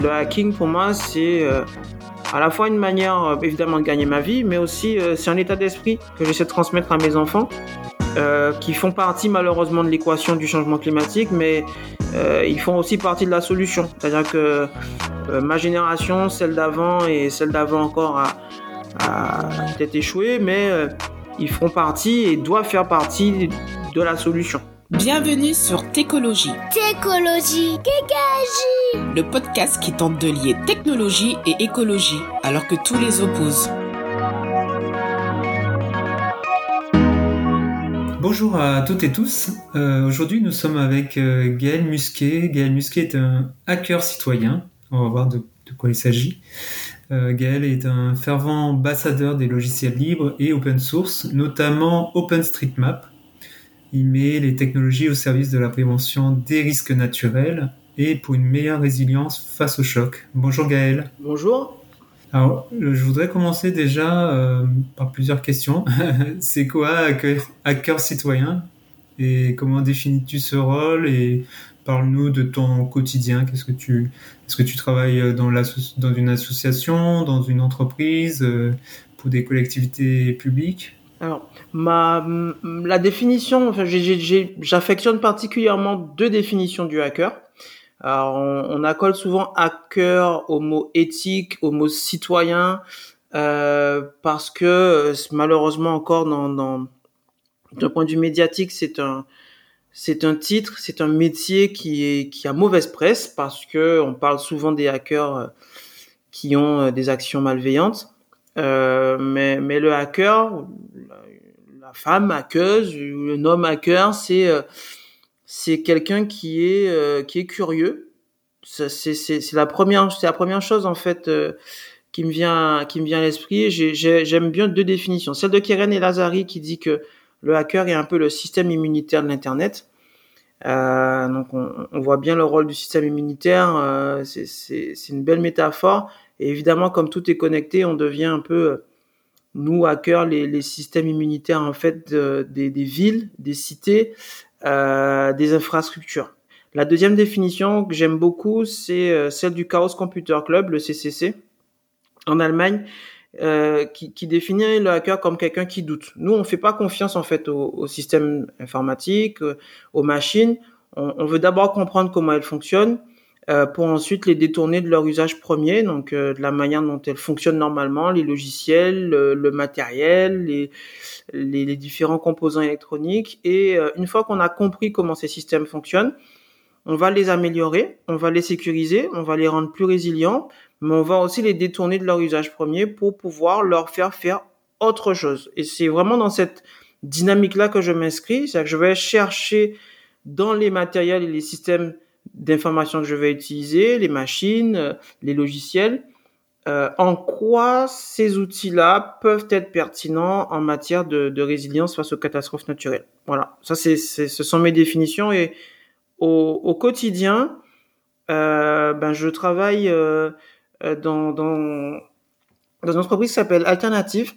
Le hacking, pour moi, c'est à la fois une manière, évidemment, de gagner ma vie, mais aussi c'est un état d'esprit que j'essaie de transmettre à mes enfants, qui font partie malheureusement de l'équation du changement climatique, mais ils font aussi partie de la solution. C'est-à-dire que ma génération, celle d'avant et celle d'avant encore a peut-être échoué, mais ils feront partie et doivent faire partie de la solution. Bienvenue sur Técologie. Técologie, Kékagie. Le podcast qui tente de lier technologie et écologie, alors que tous les opposent. Bonjour à toutes et tous. Aujourd'hui, nous sommes avec Gaël Musquet. Gaël Musquet est un hacker citoyen. On va voir de quoi il s'agit. Gaël est un fervent ambassadeur des logiciels libres et open source, notamment OpenStreetMap. Il met les technologies au service de la prévention des risques naturels et pour une meilleure résilience face aux chocs. Bonjour Gaël. Bonjour. Alors, je voudrais commencer déjà par plusieurs questions. C'est quoi hacker citoyen et comment définis-tu ce rôle et parle-nous de ton quotidien. Est-ce que tu travailles dans une association, dans une entreprise, pour des collectivités publiques? Alors, la définition, enfin, j'affectionne particulièrement deux définitions du hacker. Alors, on accole souvent hacker au mot éthique, au mot citoyen, parce que malheureusement encore d'un point de vue médiatique, c'est un titre, c'est un métier qui a mauvaise presse parce que on parle souvent des hackers qui ont des actions malveillantes. Mais le hacker, la femme hackeuse, le homme hacker, c'est quelqu'un qui est curieux. C'est la première chose en fait qui me vient à l'esprit. J'aime bien deux définitions. Celle de Keren et Lazari qui dit que le hacker est un peu le système immunitaire de l'internet. Donc on voit bien le rôle du système immunitaire. C'est une belle métaphore. Et évidemment, comme tout est connecté, on devient un peu, nous, hackers, les systèmes immunitaires, en fait, des villes, des cités, des infrastructures. La deuxième définition que j'aime beaucoup, c'est celle du Chaos Computer Club, le CCC, en Allemagne, qui définit le hacker comme quelqu'un qui doute. Nous, on fait pas confiance, en fait, au système informatique, aux machines. On veut d'abord comprendre comment elles fonctionnent, pour ensuite les détourner de leur usage premier, donc de la manière dont elles fonctionnent normalement, les logiciels, le matériel, les différents composants électroniques. Et une fois qu'on a compris comment ces systèmes fonctionnent, on va les améliorer, on va les sécuriser, on va les rendre plus résilients, mais on va aussi les détourner de leur usage premier pour pouvoir leur faire autre chose. Et c'est vraiment dans cette dynamique-là que je m'inscris, c'est-à-dire que je vais chercher dans les matériels et les systèmes d'information que je vais utiliser, les machines, les logiciels, en quoi ces outils-là peuvent être pertinents en matière de résilience face aux catastrophes naturelles. Voilà, ça ce sont mes définitions. Et au quotidien, je travaille dans une entreprise qui s'appelle Alternative,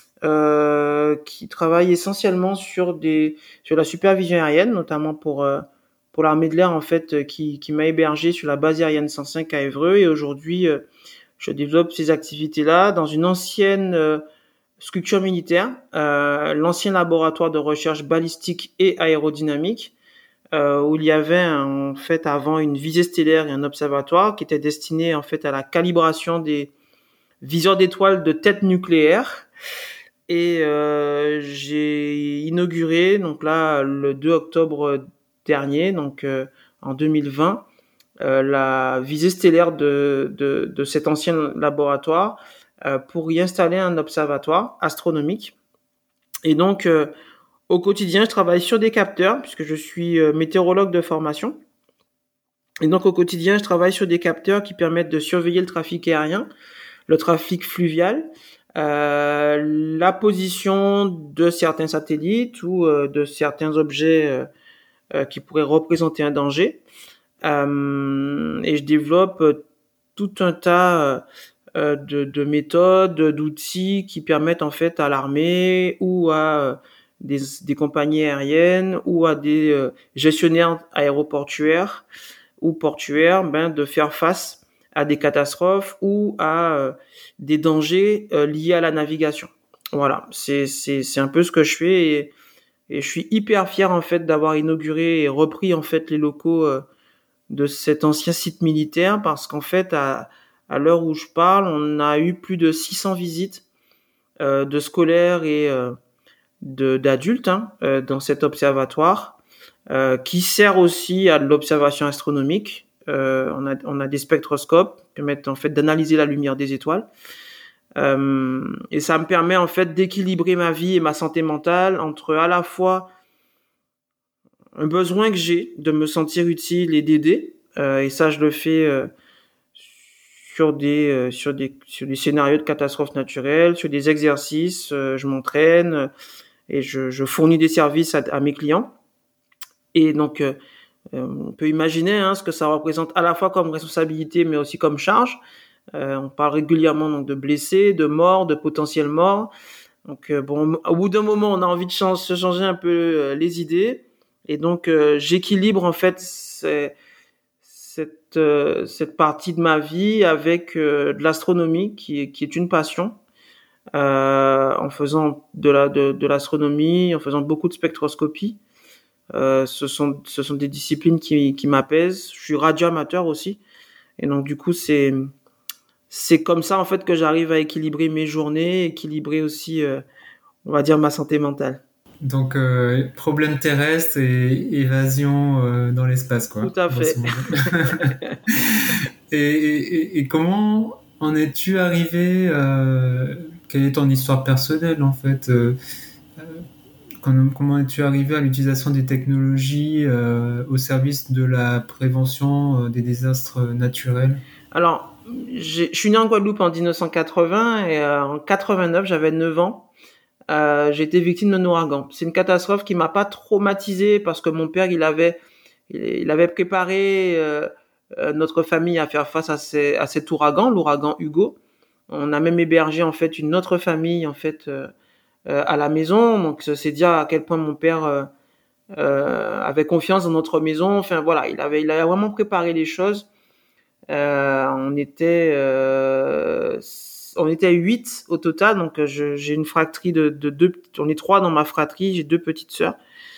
qui travaille essentiellement sur la supervision aérienne, notamment pour l'armée de l'air, en fait, qui m'a hébergé sur la base aérienne 105 à Évreux. Et aujourd'hui, je développe ces activités-là dans une ancienne structure militaire, l'ancien laboratoire de recherche balistique et aérodynamique, où il y avait en fait avant une visée stellaire et un observatoire qui était destiné en fait à la calibration des viseurs d'étoiles de tête nucléaire. Et j'ai inauguré donc là le 2 octobre dernier, donc en 2020, la visée stellaire de cet ancien laboratoire pour y installer un observatoire astronomique. Et donc au quotidien, je travaille sur des capteurs puisque je suis météorologue de formation. Et donc au quotidien, je travaille sur des capteurs qui permettent de surveiller le trafic aérien, le trafic fluvial, la position de certains satellites ou de certains objets qui pourraient représenter un danger. Et je développe tout un tas de méthodes, d'outils qui permettent en fait à l'armée ou à des compagnies aériennes ou à des gestionnaires aéroportuaires ou portuaires de faire face à des catastrophes ou à des dangers liés à la navigation. Voilà, c'est un peu ce que je fais et je suis hyper fier en fait d'avoir inauguré et repris en fait les locaux de cet ancien site militaire parce qu'en fait à l'heure où je parle, on a eu plus de 600 visites de scolaires et d'adultes dans cet observatoire qui sert aussi à de l'observation astronomique. On a des spectroscopes qui permettent en fait d'analyser la lumière des étoiles. Et ça me permet en fait d'équilibrer ma vie et ma santé mentale entre à la fois un besoin que j'ai de me sentir utile et d'aider, et ça je le fais sur des scénarios de catastrophes naturelles, sur des exercices, je m'entraîne et je fournis des services à mes clients. Et donc on peut imaginer ce que ça représente à la fois comme responsabilité mais aussi comme charge. On parle régulièrement donc de blessés, de morts, de potentiels morts. Donc bon, au bout d'un moment, on a envie de se changer un peu les idées, et donc j'équilibre en fait cette partie de ma vie avec de l'astronomie qui est une passion. En faisant de l'astronomie, en faisant beaucoup de spectroscopie. Ce sont des disciplines qui m'apaisent. Je suis radioamateur aussi, et donc du coup c'est comme ça en fait que j'arrive à équilibrer mes journées, équilibrer aussi, on va dire, ma santé mentale. Donc problème terrestre et évasion dans l'espace, quoi. Tout à fait. Et comment en es-tu arrivé quelle est ton histoire personnelle en fait comment es-tu arrivé à l'utilisation des technologies au service de la prévention des désastres naturels? Alors, je suis né en Guadeloupe en 1980 et en 89, j'avais 9 ans. J'ai été victime d'un ouragan. C'est une catastrophe qui m'a pas traumatisé parce que mon père, il avait préparé notre famille à faire face à cet ouragan, l'ouragan Hugo. On a même hébergé en fait une autre famille en fait à la maison. Donc c'est dire à quel point mon père avait confiance dans notre maison. Enfin voilà, il avait vraiment préparé les choses. On était 8 au total, donc j'ai une fratrie de 2, on est 3 dans ma fratrie, j'ai 2 petites sœurs.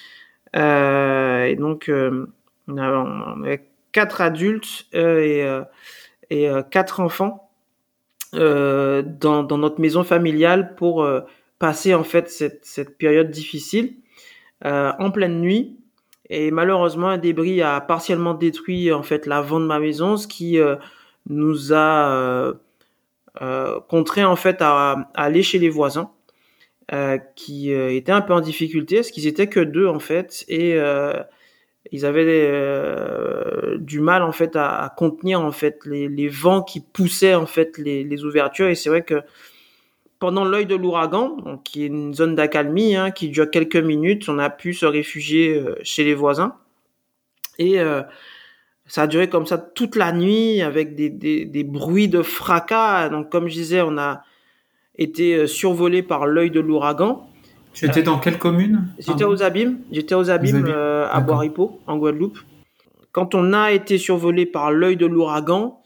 Et donc on avait 4 adultes et 4 enfants dans notre maison familiale pour passer en fait cette période difficile en pleine nuit. Et malheureusement, un débris a partiellement détruit en fait l'avant de ma maison, ce qui nous a contraint en fait à aller chez les voisins qui étaient un peu en difficulté, parce qu'ils étaient que 2 en fait, et ils avaient du mal en fait à contenir en fait les vents qui poussaient en fait les ouvertures. Et c'est vrai que pendant l'œil de l'ouragan, donc qui est une zone d'accalmie qui dure quelques minutes, on a pu se réfugier chez les voisins. Et ça a duré comme ça toute la nuit avec des bruits de fracas. Donc comme je disais, on a été survolé par l'œil de l'ouragan. Tu étais dans quelle commune? J'étais aux Abîmes à Boiripo, en Guadeloupe. Quand on a été survolé par l'œil de l'ouragan,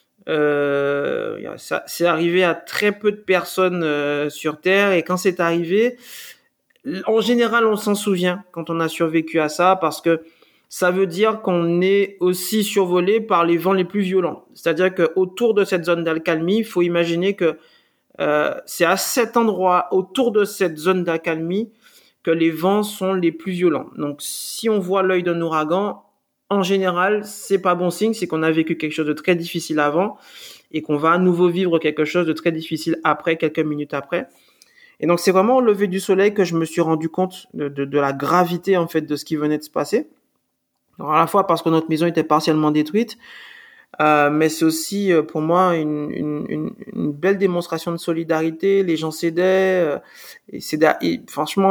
ça c'est arrivé à très peu de personnes sur Terre, et quand c'est arrivé, en général on s'en souvient quand on a survécu à ça, parce que ça veut dire qu'on est aussi survolé par les vents les plus violents. C'est-à-dire que autour de cette zone d'accalmie, il faut imaginer que c'est à cet endroit, autour de cette zone d'accalmie, que les vents sont les plus violents. Donc si on voit l'œil d'un ouragan, en général, c'est pas bon signe, c'est qu'on a vécu quelque chose de très difficile avant et qu'on va à nouveau vivre quelque chose de très difficile après, quelques minutes après. Et donc, c'est vraiment au lever du soleil que je me suis rendu compte de la gravité, en fait, de ce qui venait de se passer. Alors, à la fois parce que notre maison était partiellement détruite, mais c'est aussi pour moi une belle démonstration de solidarité. Les gens s'aidaient, et franchement,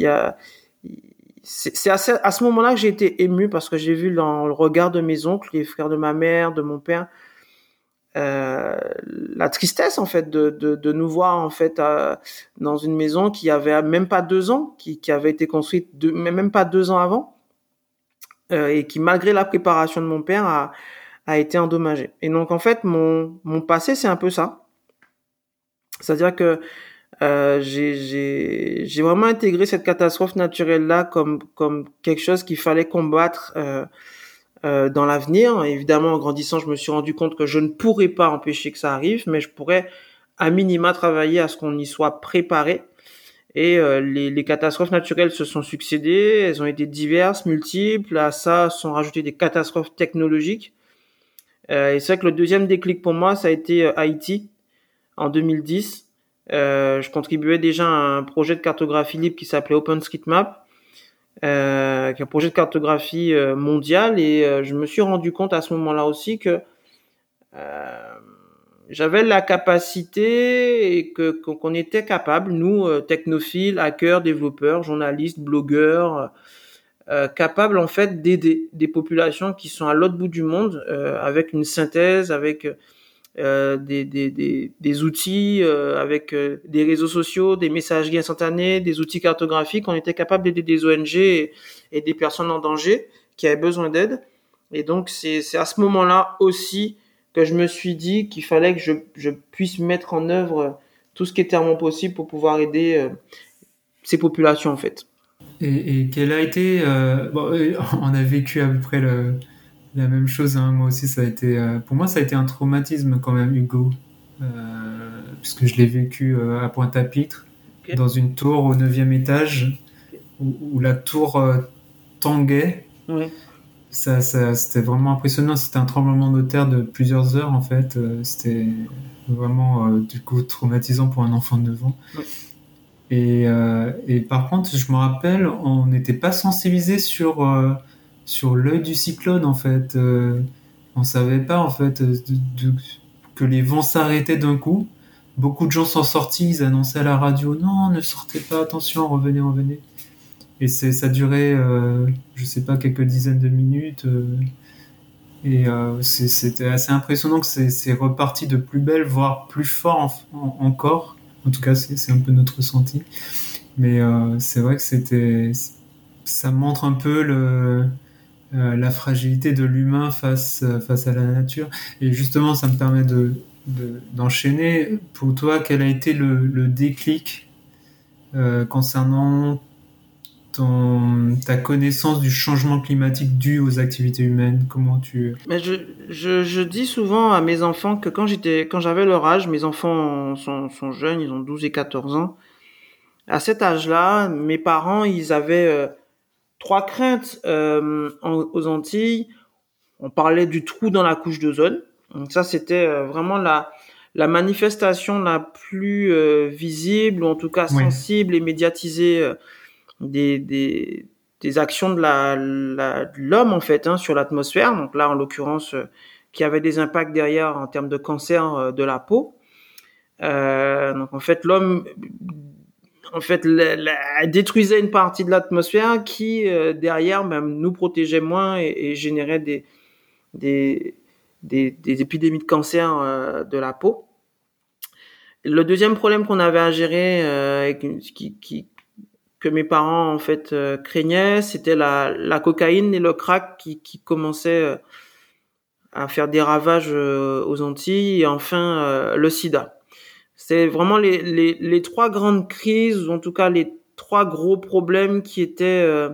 c'est à ce moment-là que j'ai été ému, parce que j'ai vu dans le regard de mes oncles, les frères de ma mère, de mon père, la tristesse en fait de nous voir en fait dans une maison qui avait même pas 2 ans, qui avait été construite même pas 2 ans avant, et qui, malgré la préparation de mon père, a été endommagé. Et donc en fait, mon passé, c'est un peu ça. C'est-à-dire que j'ai vraiment intégré cette catastrophe naturelle-là comme quelque chose qu'il fallait combattre dans l'avenir. Évidemment, en grandissant, je me suis rendu compte que je ne pourrais pas empêcher que ça arrive, mais je pourrais à minima travailler à ce qu'on y soit préparé. Et les catastrophes naturelles se sont succédées, elles ont été diverses, multiples. À ça sont rajoutées des catastrophes technologiques. Et c'est vrai que le deuxième déclic pour moi, ça a été Haïti en 2010. Je contribuais déjà à un projet de cartographie libre qui s'appelait OpenStreetMap, qui est un projet de cartographie mondiale. Et je me suis rendu compte à ce moment-là aussi que j'avais la capacité et qu'on était capable, nous, technophiles, hackers, développeurs, journalistes, blogueurs, capables en fait d'aider des populations qui sont à l'autre bout du monde avec une synthèse, avec des outils, avec des réseaux sociaux, des messageries instantanées, des outils cartographiques. On était capable d'aider des ONG et des personnes en danger qui avaient besoin d'aide. Et donc c'est à ce moment-là aussi que je me suis dit qu'il fallait que je puisse mettre en œuvre tout ce qui était à mon possible pour pouvoir aider ces populations en fait. Et quel a été... on a vécu à peu près la même chose, hein. Moi aussi, ça a été... pour moi, ça a été un traumatisme quand même, Hugo. Puisque je l'ai vécu à Pointe-à-Pitre, okay, dans une tour au 9e étage, où la tour tanguait. Oui. Ça, c'était vraiment impressionnant. C'était un tremblement de terre de plusieurs heures, en fait. C'était vraiment, du coup, traumatisant pour un enfant de 9 ans. Oui. Et par contre, je me rappelle, on n'était pas sensibilisé sur l'œil du cyclone, en fait. On savait pas, en fait, que les vents s'arrêtaient d'un coup. Beaucoup de gens sont sortis, ils annonçaient à la radio, non, ne sortez pas, attention, revenez. Et ça durait, je sais pas, quelques dizaines de minutes. C'était assez impressionnant que c'est reparti de plus belle, voire plus fort encore. En tout cas, c'est un peu notre ressenti. Mais c'est vrai que ça montre un peu la fragilité de l'humain face à la nature. Et justement, ça me permet d'enchaîner. Pour toi, quel a été le déclic concernant ta connaissance du changement climatique dû aux activités humaines? Comment tu... Mais je dis souvent à mes enfants que quand j'avais leur âge, mes enfants sont jeunes, ils ont 12 et 14 ans. À cet âge-là, mes parents, ils avaient 3 craintes aux Antilles. On parlait du trou dans la couche d'ozone. Donc ça, c'était vraiment la manifestation la plus visible, ou en tout cas sensible, oui, et médiatisée des actions de l'homme en fait, hein, sur l'atmosphère. Donc là, en l'occurrence, qui avait des impacts derrière en termes de cancer de la peau. Donc en fait, l'homme détruisait une partie de l'atmosphère qui derrière même nous protégeait moins et générait des épidémies de cancer de la peau. Le deuxième problème qu'on avait à gérer, que mes parents en fait craignaient, c'était la cocaïne et le crack qui commençaient à faire des ravages aux Antilles, et enfin le sida. C'est vraiment les 3 grandes crises, ou en tout cas les 3 gros problèmes qui étaient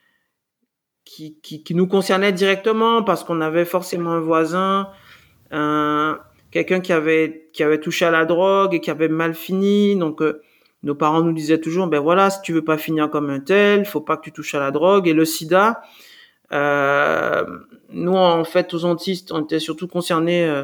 qui nous concernaient directement, parce qu'on avait forcément un voisin, quelqu'un qui avait touché à la drogue et qui avait mal fini. Donc nos parents nous disaient toujours, ben voilà, si tu veux pas finir comme un tel, faut pas que tu touches à la drogue. Et le sida, nous en fait aux Antilles, on était surtout concernés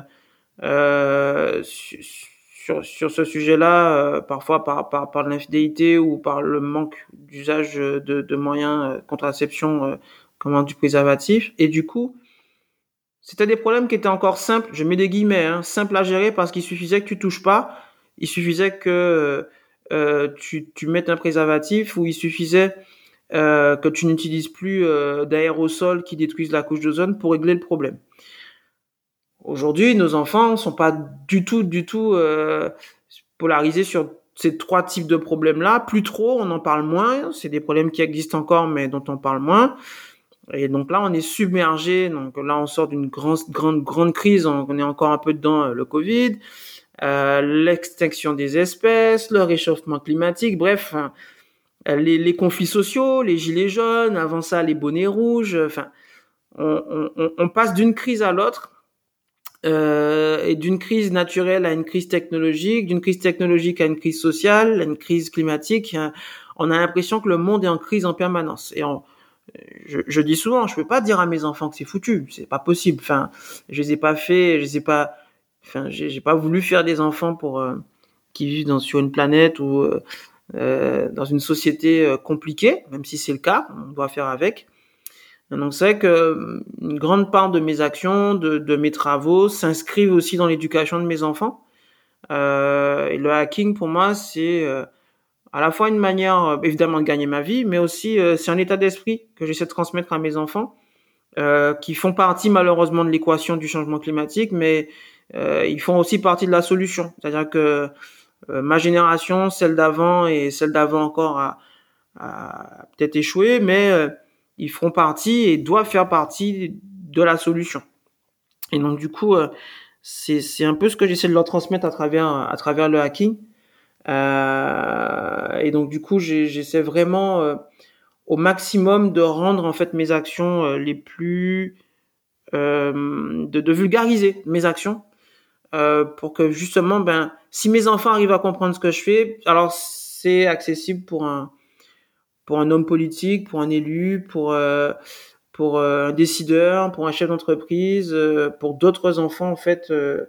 sur ce sujet-là, parfois par l'infidélité ou par le manque d'usage de moyens de contraception, comme du préservatif. Et du coup, c'était des problèmes qui étaient encore simples, je mets des guillemets, hein, simples à gérer, parce qu'il suffisait que tu touches pas, il suffisait que tu mettes un préservatif, ou il suffisait que tu n'utilises plus d'aérosols qui détruisent la couche d'ozone pour régler le problème. Aujourd'hui, nos enfants sont pas du tout polarisés sur ces 3 types de problèmes-là. Plus trop, on en parle moins. C'est des problèmes qui existent encore, mais dont on parle moins. Et donc là, on est submergé. Donc là, on sort d'une grande crise. On est encore un peu dedans, le Covid, l'extinction des espèces, le réchauffement climatique. Bref, les conflits sociaux, les gilets jaunes. Avant ça, les bonnets rouges. Enfin, on passe d'une crise à l'autre, et d'une crise naturelle à une crise technologique, d'une crise technologique à une crise sociale, à une crise climatique. On a l'impression que le monde est en crise en permanence. Et je dis souvent, je peux pas dire à mes enfants que c'est foutu, c'est pas possible. Enfin, je les ai pas fait, j'ai pas voulu faire des enfants pour qui vivent sur une planète ou dans une société compliquée, même si c'est le cas, on doit faire avec. Donc c'est vrai que une grande part de mes actions, de mes travaux s'inscrivent aussi dans l'éducation de mes enfants. Et le hacking pour moi, c'est à la fois une manière évidemment de gagner ma vie, mais aussi c'est un état d'esprit que j'essaie de transmettre à mes enfants, qui font partie malheureusement de l'équation du changement climatique, mais ils font aussi partie de la solution. C'est-à-dire que ma génération, celle d'avant et celle d'avant encore a peut-être échoué, mais ils feront partie et doivent faire partie de la solution. Et donc du coup, c'est un peu ce que j'essaie de leur transmettre à travers le hacking. Et donc du coup, j'essaie vraiment au maximum de rendre en fait mes actions les plus de vulgariser mes actions, pour que justement, si mes enfants arrivent à comprendre ce que je fais, alors c'est accessible pour un homme politique, pour un élu, pour un décideur, pour un chef d'entreprise, pour d'autres enfants en fait,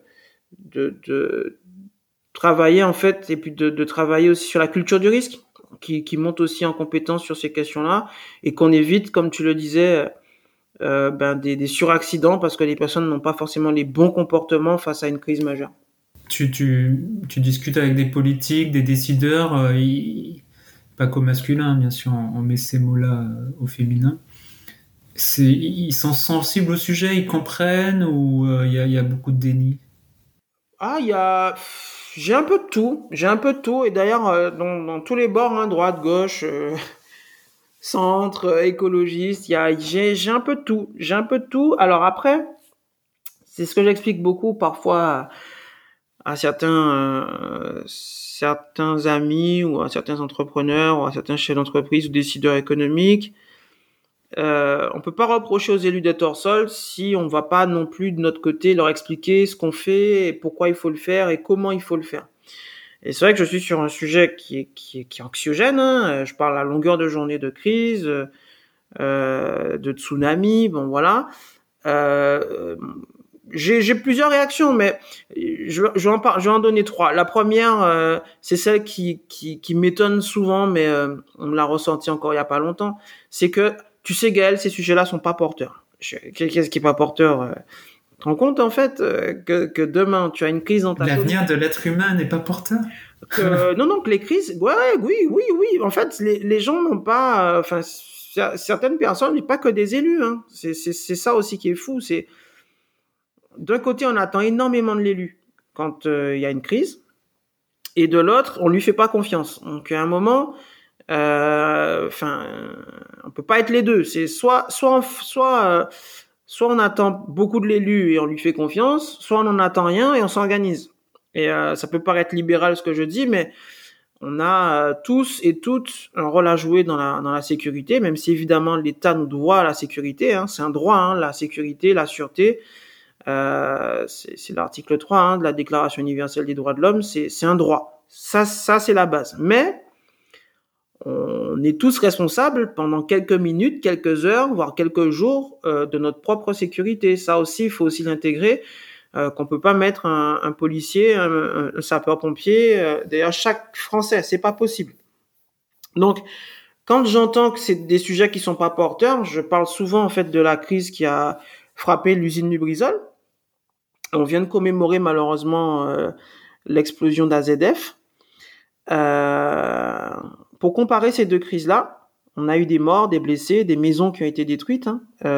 de travailler en fait, et puis de travailler aussi sur la culture du risque, qui monte aussi en compétence sur ces questions-là, et qu'on évite, comme tu le disais, des suraccidents parce que les personnes n'ont pas forcément les bons comportements face à une crise majeure. Tu discutes avec des politiques, des décideurs, pas qu'au masculin, bien sûr, on met ces mots-là au féminin. Ils sont sensibles au sujet, ils comprennent, ou il y a beaucoup de déni? J'ai un peu de tout, et d'ailleurs dans tous les bords, hein, droite, gauche, centre, écologiste, j'ai un peu de tout. Alors après, c'est ce que j'explique beaucoup parfois à certains amis ou à certains entrepreneurs ou à certains chefs d'entreprise ou décideurs économiques. On peut pas reprocher aux élus d'être hors sol si on va pas non plus de notre côté leur expliquer ce qu'on fait et pourquoi il faut le faire et comment il faut le faire. Et c'est vrai que je suis sur un sujet qui est anxiogène, hein. Je parle à longueur de journée de crise, de tsunami, bon voilà. J'ai plusieurs réactions, mais je vais en donner trois. La première, c'est celle qui m'étonne souvent, mais on me l'a ressenti encore il y a pas longtemps. C'est que, tu sais Gaël, ces sujets-là sont pas porteurs. Qu'est-ce qui est pas porteur? Tu te rends compte en fait que demain tu as une crise dans ta L'avenir de l'être humain n'est pas porteur? Non, que les crises, oui. En fait, les gens n'ont pas, certaines personnes, pas que des élus, hein. C'est ça aussi qui est fou. C'est d'un côté, on attend énormément de l'élu quand il y a une crise, et de l'autre, on lui fait pas confiance. Donc à un moment, on peut pas être les deux. C'est soit on attend beaucoup de l'élu et on lui fait confiance, soit on n'en attend rien et on s'organise. Et ça peut paraître libéral ce que je dis, mais on a tous et toutes un rôle à jouer dans la sécurité, même si évidemment l'État nous doit la sécurité, hein, c'est un droit, hein, la sécurité, la sûreté. C'est l'article 3, hein, de la Déclaration universelle des droits de l'homme, c'est un droit. Ça c'est la base. Mais on est tous responsables pendant quelques minutes, quelques heures, voire quelques jours de notre propre sécurité. Ça aussi, il faut aussi l'intégrer, qu'on peut pas mettre un policier, un sapeur-pompier, d'ailleurs chaque Français, c'est pas possible. Donc, quand j'entends que c'est des sujets qui sont pas porteurs, je parle souvent en fait de la crise qui a frappé l'usine Lubrizol. On vient de commémorer malheureusement l'explosion d'AZF. Pour comparer ces deux crises-là, on a eu des morts, des blessés, des maisons qui ont été détruites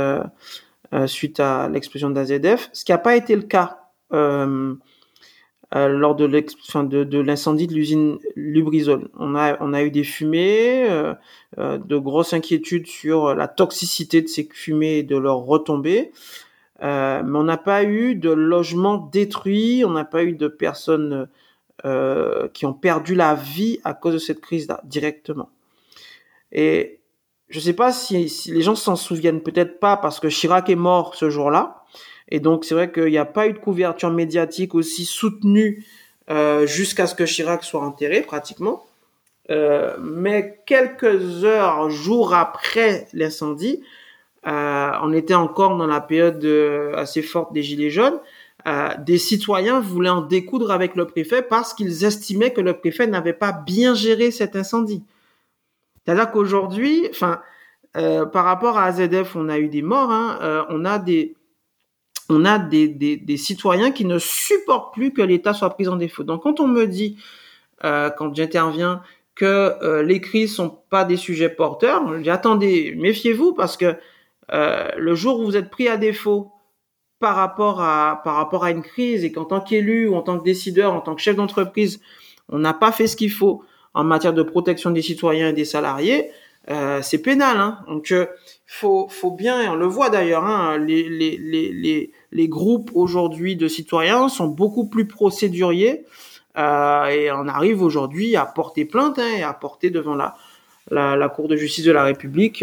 suite à l'explosion d'AZF. Ce qui n'a pas été le cas lors de l'incendie de l'usine Lubrizol. On a eu des fumées, de grosses inquiétudes sur la toxicité de ces fumées et de leurs retombées. Mais on n'a pas eu de logements détruits, on n'a pas eu de personnes qui ont perdu la vie à cause de cette crise-là, directement. Et je sais pas si les gens s'en souviennent peut-être pas parce que Chirac est mort ce jour-là. Et donc, c'est vrai qu'il n'y a pas eu de couverture médiatique aussi soutenue jusqu'à ce que Chirac soit enterré, pratiquement. Mais quelques heures, jours après l'incendie, on était encore dans la période assez forte des Gilets jaunes. Des citoyens voulaient en découdre avec le préfet parce qu'ils estimaient que le préfet n'avait pas bien géré cet incendie. C'est-à-dire qu'aujourd'hui, par rapport à AZF, on a eu des morts, on a des citoyens qui ne supportent plus que l'État soit pris en défaut. Donc, quand on me dit, quand j'interviens, que les crises sont pas des sujets porteurs, je dis attendez, méfiez-vous parce que le jour où vous êtes pris à défaut par rapport à une crise et qu'en tant qu'élu ou en tant que décideur, en tant que chef d'entreprise, on n'a pas fait ce qu'il faut en matière de protection des citoyens et des salariés, c'est pénal, hein. Donc faut bien, et on le voit d'ailleurs, hein, les groupes aujourd'hui de citoyens sont beaucoup plus procéduriers et on arrive aujourd'hui à porter plainte, et à porter devant la Cour de justice de la République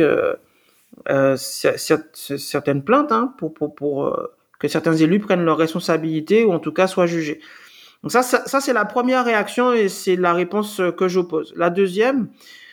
certaines plaintes, pour que certains élus prennent leurs responsabilités ou en tout cas soient jugés. Donc ça c'est la première réaction et c'est la réponse que j'oppose. La deuxième,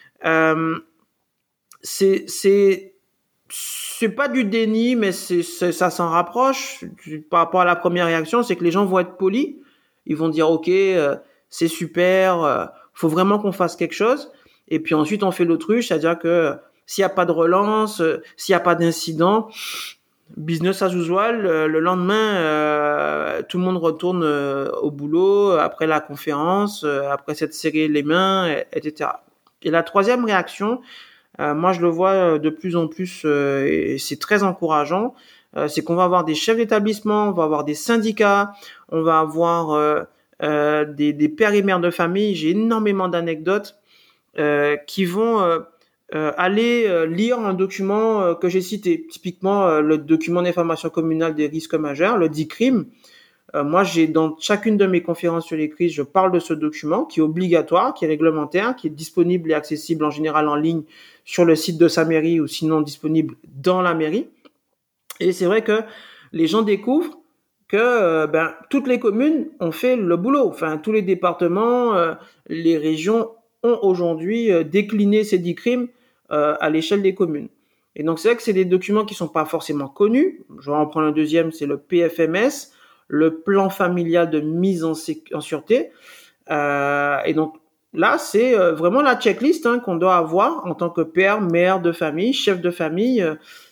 c'est pas du déni, mais ça s'en rapproche. Par rapport à la première réaction, c'est que les gens vont être polis. Ils vont dire ok, c'est super, faut vraiment qu'on fasse quelque chose. Et puis ensuite on fait l'autruche, c'est-à-dire que s'il y a pas de relance, s'il y a pas d'incident, business as usual. Le lendemain, tout le monde retourne au boulot après la conférence, après s'être serré les mains, etc. Et la troisième réaction, moi je le vois de plus en plus, et c'est très encourageant, c'est qu'on va avoir des chefs d'établissement, on va avoir des syndicats, on va avoir des pères et mères de famille. J'ai énormément d'anecdotes qui vont aller lire un document que j'ai cité, typiquement le document d'information communale des risques majeurs, le DICRIM. Moi, j'ai dans chacune de mes conférences sur les crises, je parle de ce document qui est obligatoire, qui est réglementaire, qui est disponible et accessible en général en ligne sur le site de sa mairie ou sinon disponible dans la mairie. Et c'est vrai que les gens découvrent que toutes les communes ont fait le boulot. Enfin, tous les départements, les régions ont aujourd'hui décliné ces DICRIM à l'échelle des communes. Et donc, c'est vrai que c'est des documents qui sont pas forcément connus. Je vais en prendre un deuxième, c'est le PFMS, le plan familial de mise en sûreté. Et donc, là, c'est vraiment la checklist qu'on doit avoir en tant que père, mère de famille, chef de famille,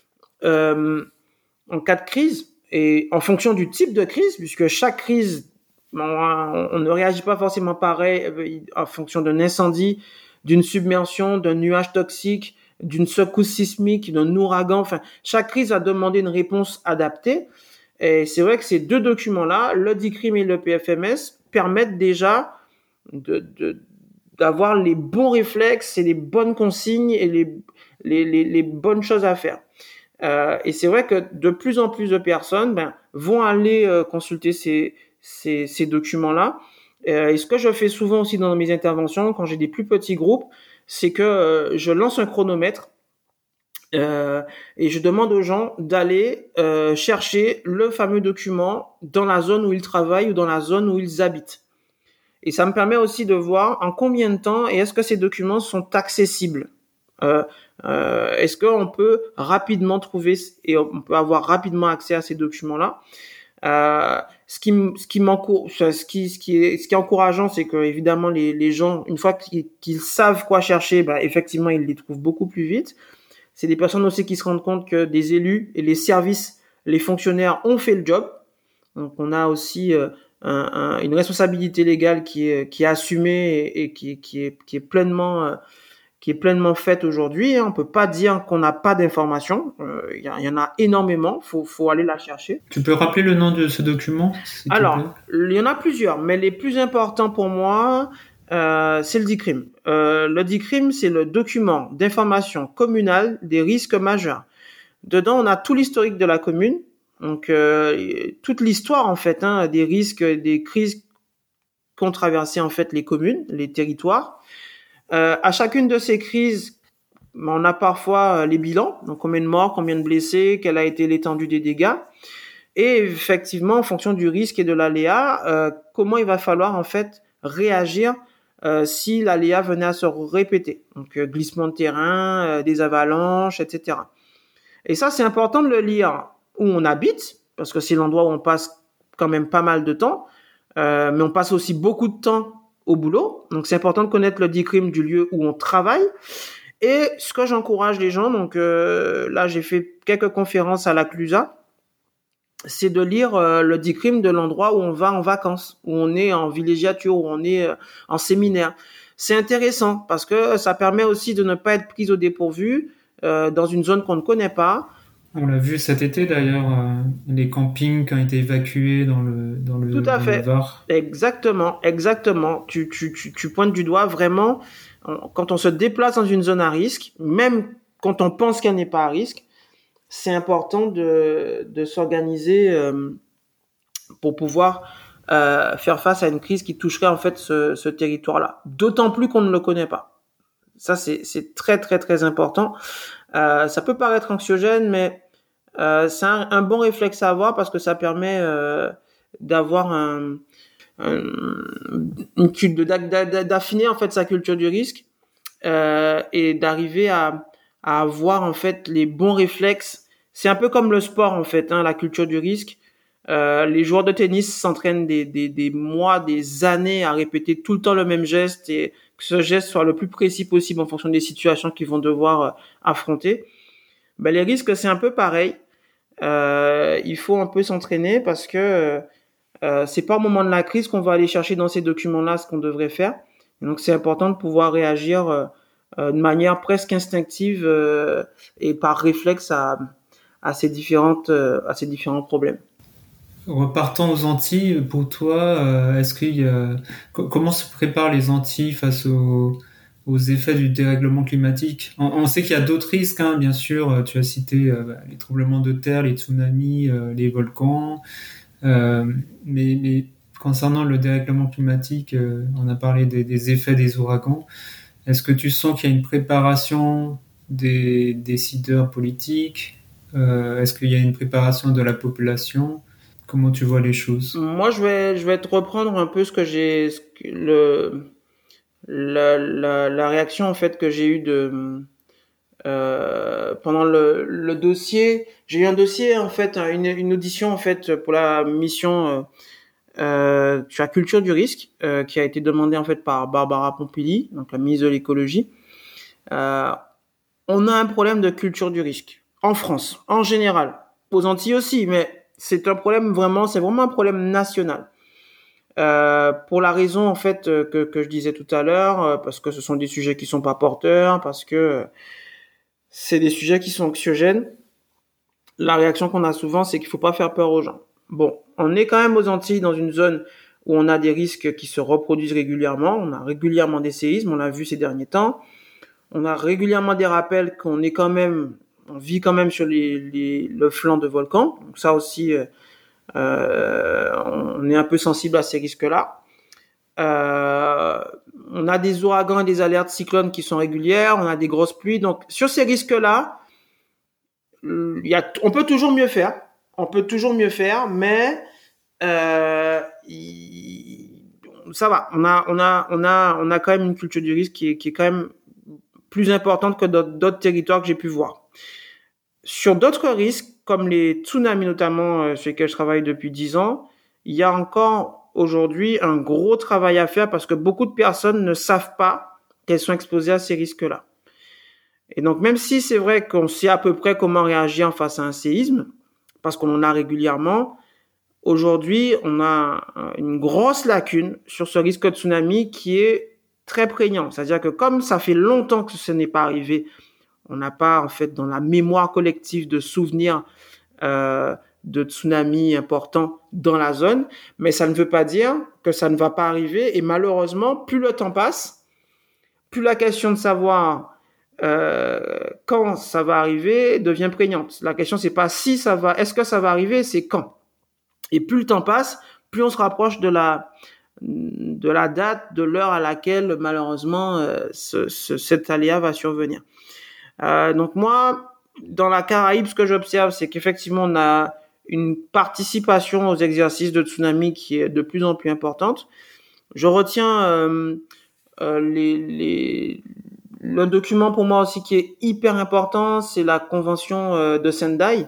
en cas de crise. Et en fonction du type de crise, puisque chaque crise, on ne réagit pas forcément pareil en fonction d'un incendie, d'une submersion, d'un nuage toxique, d'une secousse sismique, d'un ouragan. Enfin, chaque crise va demander une réponse adaptée. Et c'est vrai que ces deux documents-là, le DICRIM et le PFMS, permettent déjà d'avoir les bons réflexes et les bonnes consignes et les bonnes choses à faire. Et c'est vrai que de plus en plus de personnes vont aller consulter ces documents-là. Et ce que je fais souvent aussi dans mes interventions, quand j'ai des plus petits groupes, c'est que je lance un chronomètre et je demande aux gens d'aller chercher le fameux document dans la zone où ils travaillent ou dans la zone où ils habitent. Et ça me permet aussi de voir en combien de temps et est-ce que ces documents sont accessibles. Est-ce qu'on peut rapidement trouver et on peut avoir rapidement accès à ces documents-là. Ce qui est encourageant, c'est que évidemment les gens, une fois qu'ils savent quoi chercher, effectivement ils les trouvent beaucoup plus vite. C'est des personnes aussi qui se rendent compte que des élus et les services, les fonctionnaires ont fait le job. Donc on a aussi une responsabilité légale qui est assumée et qui est pleinement qui est pleinement faite aujourd'hui. On peut pas dire qu'on n'a pas d'informations. Il y en a énormément. Faut aller la chercher. Tu peux rappeler le nom de ce document, s'il te plaît? Alors, il y en a plusieurs, mais les plus importants pour moi, c'est le DICRIM. Le DICRIM, c'est le document d'information communale des risques majeurs. Dedans, on a tout l'historique de la commune, donc toute l'histoire en fait des risques, des crises qu'ont traversé en fait les communes, les territoires. À chacune de ces crises, on a parfois les bilans, donc combien de morts, combien de blessés, quelle a été l'étendue des dégâts. Et effectivement, en fonction du risque et de l'aléa, comment il va falloir en fait réagir si l'aléa venait à se répéter. Donc glissement de terrain, des avalanches, etc. Et ça, c'est important de le lire où on habite, parce que c'est l'endroit où on passe quand même pas mal de temps, mais on passe aussi beaucoup de temps au boulot. Donc c'est important de connaître le DICRIM du lieu où on travaille. Et ce que j'encourage les gens, donc là j'ai fait quelques conférences à la Clusa, c'est de lire le DICRIM de l'endroit où on va en vacances, où on est en villégiature, où on est en séminaire. C'est intéressant parce que ça permet aussi de ne pas être pris au dépourvu dans une zone qu'on ne connaît pas. On l'a vu cet été d'ailleurs, les campings qui ont été évacués dans le Tout à fait. le Var. Exactement. Tu pointes du doigt vraiment quand on se déplace dans une zone à risque, même quand on pense qu'elle n'est pas à risque, c'est important de s'organiser pour pouvoir faire face à une crise qui toucherait en fait ce territoire-là. D'autant plus qu'on ne le connaît pas. Ça, c'est très, très, très important. Ça peut paraître anxiogène, mais c'est un bon réflexe à avoir parce que ça permet d'avoir d'affiner en fait sa culture du risque et d'arriver à avoir en fait les bons réflexes. C'est un peu comme le sport en fait, la culture du risque. Les joueurs de tennis s'entraînent des mois, des années à répéter tout le temps le même geste et que ce geste soit le plus précis possible en fonction des situations qu'ils vont devoir affronter. Ben, les risques, c'est un peu pareil. Il faut un peu s'entraîner parce que c'est pas au moment de la crise qu'on va aller chercher dans ces documents-là ce qu'on devrait faire. Et donc, c'est important de pouvoir réagir de manière presque instinctive et par réflexe à ces différents problèmes. Repartant aux Antilles, pour toi, comment se préparent les Antilles face aux effets du dérèglement climatique? On sait qu'il y a d'autres risques, bien sûr. Tu as cité les tremblements de terre, les tsunamis, les volcans. Mais concernant le dérèglement climatique, on a parlé des effets des ouragans. Est-ce que tu sens qu'il y a une préparation des décideurs politiques? Est-ce qu'il y a une préparation de la population? Comment tu vois les choses? Moi, je vais te reprendre un peu la réaction en fait que j'ai eue pendant le dossier. J'ai eu un dossier en fait, une audition en fait pour la mission sur la culture du risque qui a été demandée en fait par Barbara Pompili, donc la ministre de l'écologie. On a un problème de culture du risque en France, en général, aux Antilles aussi, mais c'est vraiment un problème national. Pour la raison en fait que je disais tout à l'heure, parce que ce sont des sujets qui sont pas porteurs, parce que c'est des sujets qui sont anxiogènes. La réaction qu'on a souvent, c'est qu'il faut pas faire peur aux gens. Bon, on est quand même aux Antilles dans une zone où on a des risques qui se reproduisent régulièrement. On a régulièrement des séismes, on l'a vu ces derniers temps. On a régulièrement des rappels on vit quand même sur le flanc de volcans. Donc ça aussi, on est un peu sensible à ces risques-là. On a des ouragans et des alertes cyclones qui sont régulières. On a des grosses pluies. Donc sur ces risques-là, on peut toujours mieux faire. Mais ça va. On a quand même une culture du risque qui est quand même plus importante que d'autres territoires que j'ai pu voir. Sur d'autres risques, comme les tsunamis notamment, sur lesquels je travaille depuis 10 ans, il y a encore aujourd'hui un gros travail à faire parce que beaucoup de personnes ne savent pas qu'elles sont exposées à ces risques-là. Et donc, même si c'est vrai qu'on sait à peu près comment réagir face à un séisme, parce qu'on en a régulièrement, aujourd'hui, on a une grosse lacune sur ce risque de tsunami qui est très prégnant. C'est-à-dire que comme ça fait longtemps que ce n'est pas arrivé, on n'a pas en fait dans la mémoire collective de souvenirs de tsunamis importants dans la zone, mais ça ne veut pas dire que ça ne va pas arriver. Et malheureusement, plus le temps passe, plus la question de savoir quand ça va arriver devient prégnante. La question c'est pas si ça va, est-ce que ça va arriver, c'est quand. Et plus le temps passe, plus on se rapproche de la date, de l'heure à laquelle malheureusement cet aléa va survenir. Donc moi, dans la Caraïbe, ce que j'observe, c'est qu'effectivement on a une participation aux exercices de tsunami qui est de plus en plus importante. Je retiens le document pour moi aussi qui est hyper important, c'est la convention de Sendai.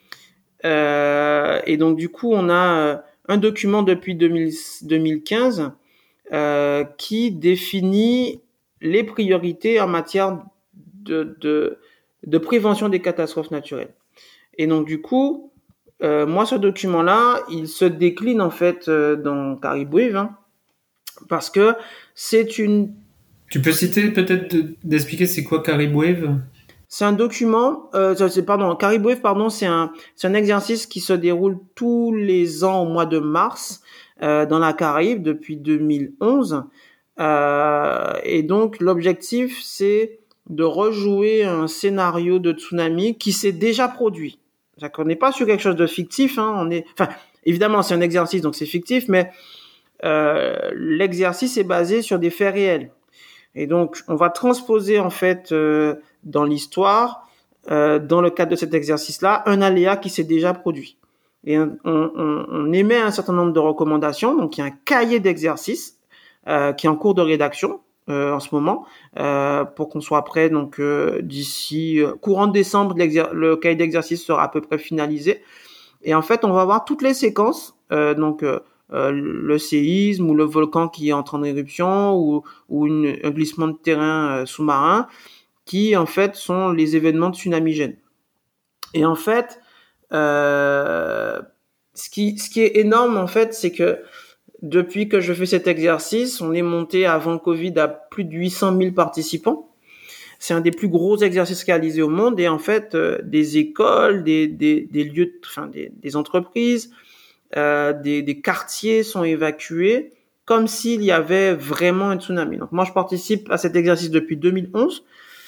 Et donc du coup, on a un document depuis 2015 qui définit les priorités en matière de prévention des catastrophes naturelles. Et donc du coup, moi ce document-là, il se décline en fait dans Carib Wave, parce que c'est une... Tu peux citer peut-être d'expliquer c'est quoi Carib Wave ? C'est un document, Carib Wave, c'est un exercice qui se déroule tous les ans au mois de mars dans la Caraïbe depuis 2011. Et donc l'objectif, c'est de rejouer un scénario de tsunami qui s'est déjà produit. C'est-à-dire qu'on n'est pas sur quelque chose de fictif, évidemment c'est un exercice donc c'est fictif, mais l'exercice est basé sur des faits réels. Et donc on va transposer en fait dans l'histoire, dans le cadre de cet exercice-là, un aléa qui s'est déjà produit. Et on émet un certain nombre de recommandations, donc il y a un cahier d'exercice qui est en cours de rédaction en ce moment, pour qu'on soit prêt. Donc d'ici courant décembre, le cahier d'exercice sera à peu près finalisé. Et en fait, on va voir toutes les séquences, le séisme ou le volcan qui entre en éruption ou un glissement de terrain sous-marin, qui en fait sont les événements tsunamigènes. Et en fait, ce qui est énorme en fait, c'est que depuis que je fais cet exercice, on est monté avant Covid à plus de 800 000 participants. C'est un des plus gros exercices réalisés au monde, et en fait, des écoles, des lieux, des entreprises, des quartiers sont évacués comme s'il y avait vraiment un tsunami. Donc moi, je participe à cet exercice depuis 2011.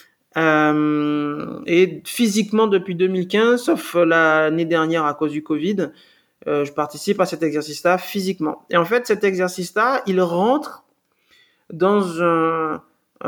Et physiquement depuis 2015, sauf l'année dernière à cause du Covid, je participe à cet exercice-là physiquement. Et en fait, cet exercice-là, il rentre dans un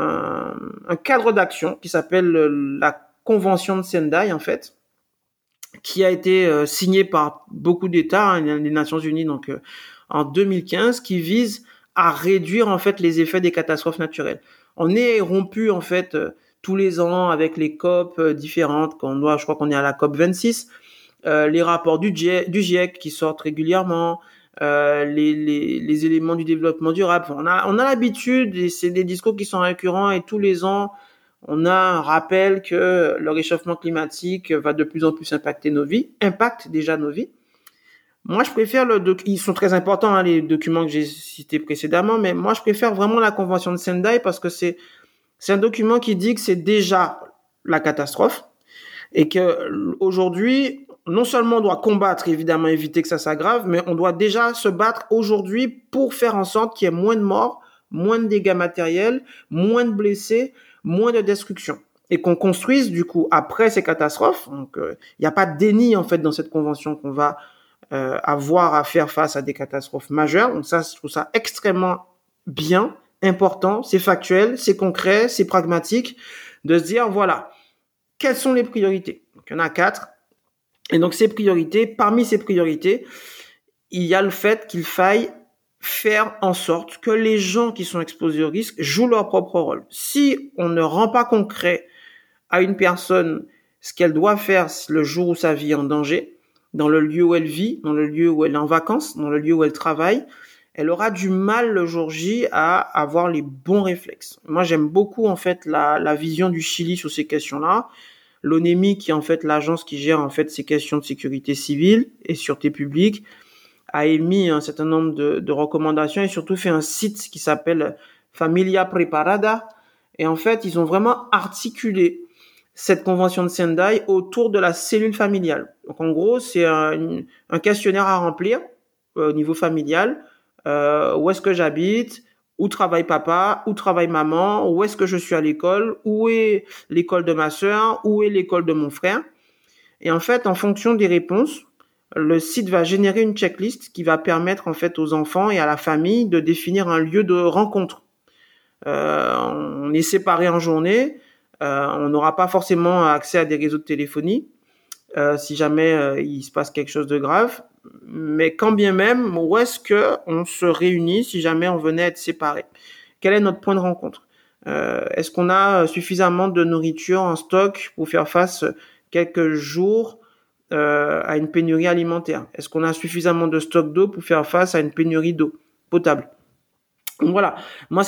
cadre d'action qui s'appelle la Convention de Sendai, en fait, qui a été signé par beaucoup d'États, les Nations Unies, donc en 2015, qui vise à réduire en fait les effets des catastrophes naturelles. On est rompu en fait tous les ans avec les COP différentes. Je crois qu'on est à la COP 26, les rapports du GIEC qui sortent régulièrement, les éléments du développement durable. On a l'habitude, et c'est des discours qui sont récurrents, et tous les ans, on a un rappel que le réchauffement climatique va de plus en plus impacte déjà nos vies. Moi, je préfère ils sont très importants, les documents que j'ai cités précédemment, mais moi, je préfère vraiment la Convention de Sendai parce que c'est un document qui dit que c'est déjà la catastrophe et que aujourd'hui, non seulement on doit combattre, évidemment, éviter que ça s'aggrave, mais on doit déjà se battre aujourd'hui pour faire en sorte qu'il y ait moins de morts, moins de dégâts matériels, moins de blessés, moins de destruction. Et qu'on construise, du coup, après ces catastrophes. Donc, il n'y a pas de déni, en fait, dans cette convention qu'on va avoir à faire face à des catastrophes majeures. Donc ça, je trouve ça extrêmement bien, important, c'est factuel, c'est concret, c'est pragmatique, de se dire, voilà, quelles sont les priorités. Donc, il y en a 4. Et donc, parmi ces priorités, il y a le fait qu'il faille faire en sorte que les gens qui sont exposés au risque jouent leur propre rôle. Si on ne rend pas concret à une personne ce qu'elle doit faire le jour où sa vie est en danger, dans le lieu où elle vit, dans le lieu où elle est en vacances, dans le lieu où elle travaille, elle aura du mal le jour J à avoir les bons réflexes. Moi, j'aime beaucoup en fait la vision du Chili sur ces questions-là. L'ONEMI, qui est en fait l'agence qui gère en fait ces questions de sécurité civile et sûreté publique, a émis un certain nombre de recommandations et surtout fait un site qui s'appelle Familia Preparada. Et en fait, ils ont vraiment articulé cette convention de Sendai autour de la cellule familiale. Donc en gros, c'est un questionnaire à remplir au niveau familial. Où est-ce que j'habite? Où travaille papa? Où travaille maman? Où est-ce que je suis à l'école? Où est l'école de ma sœur? Où est l'école de mon frère? Et en fait, en fonction des réponses, le site va générer une checklist qui va permettre en fait aux enfants et à la famille de définir un lieu de rencontre. On est séparés en journée, on n'aura pas forcément accès à des réseaux de téléphonie si jamais il se passe quelque chose de grave. Mais quand bien même, où est-ce que on se réunit si jamais on venait être séparés? Quel est notre point de rencontre? Est-ce qu'on a suffisamment de nourriture en stock pour faire face quelques jours à une pénurie alimentaire? Est-ce qu'on a suffisamment de stock d'eau pour faire face à une pénurie d'eau potable? Donc voilà, moi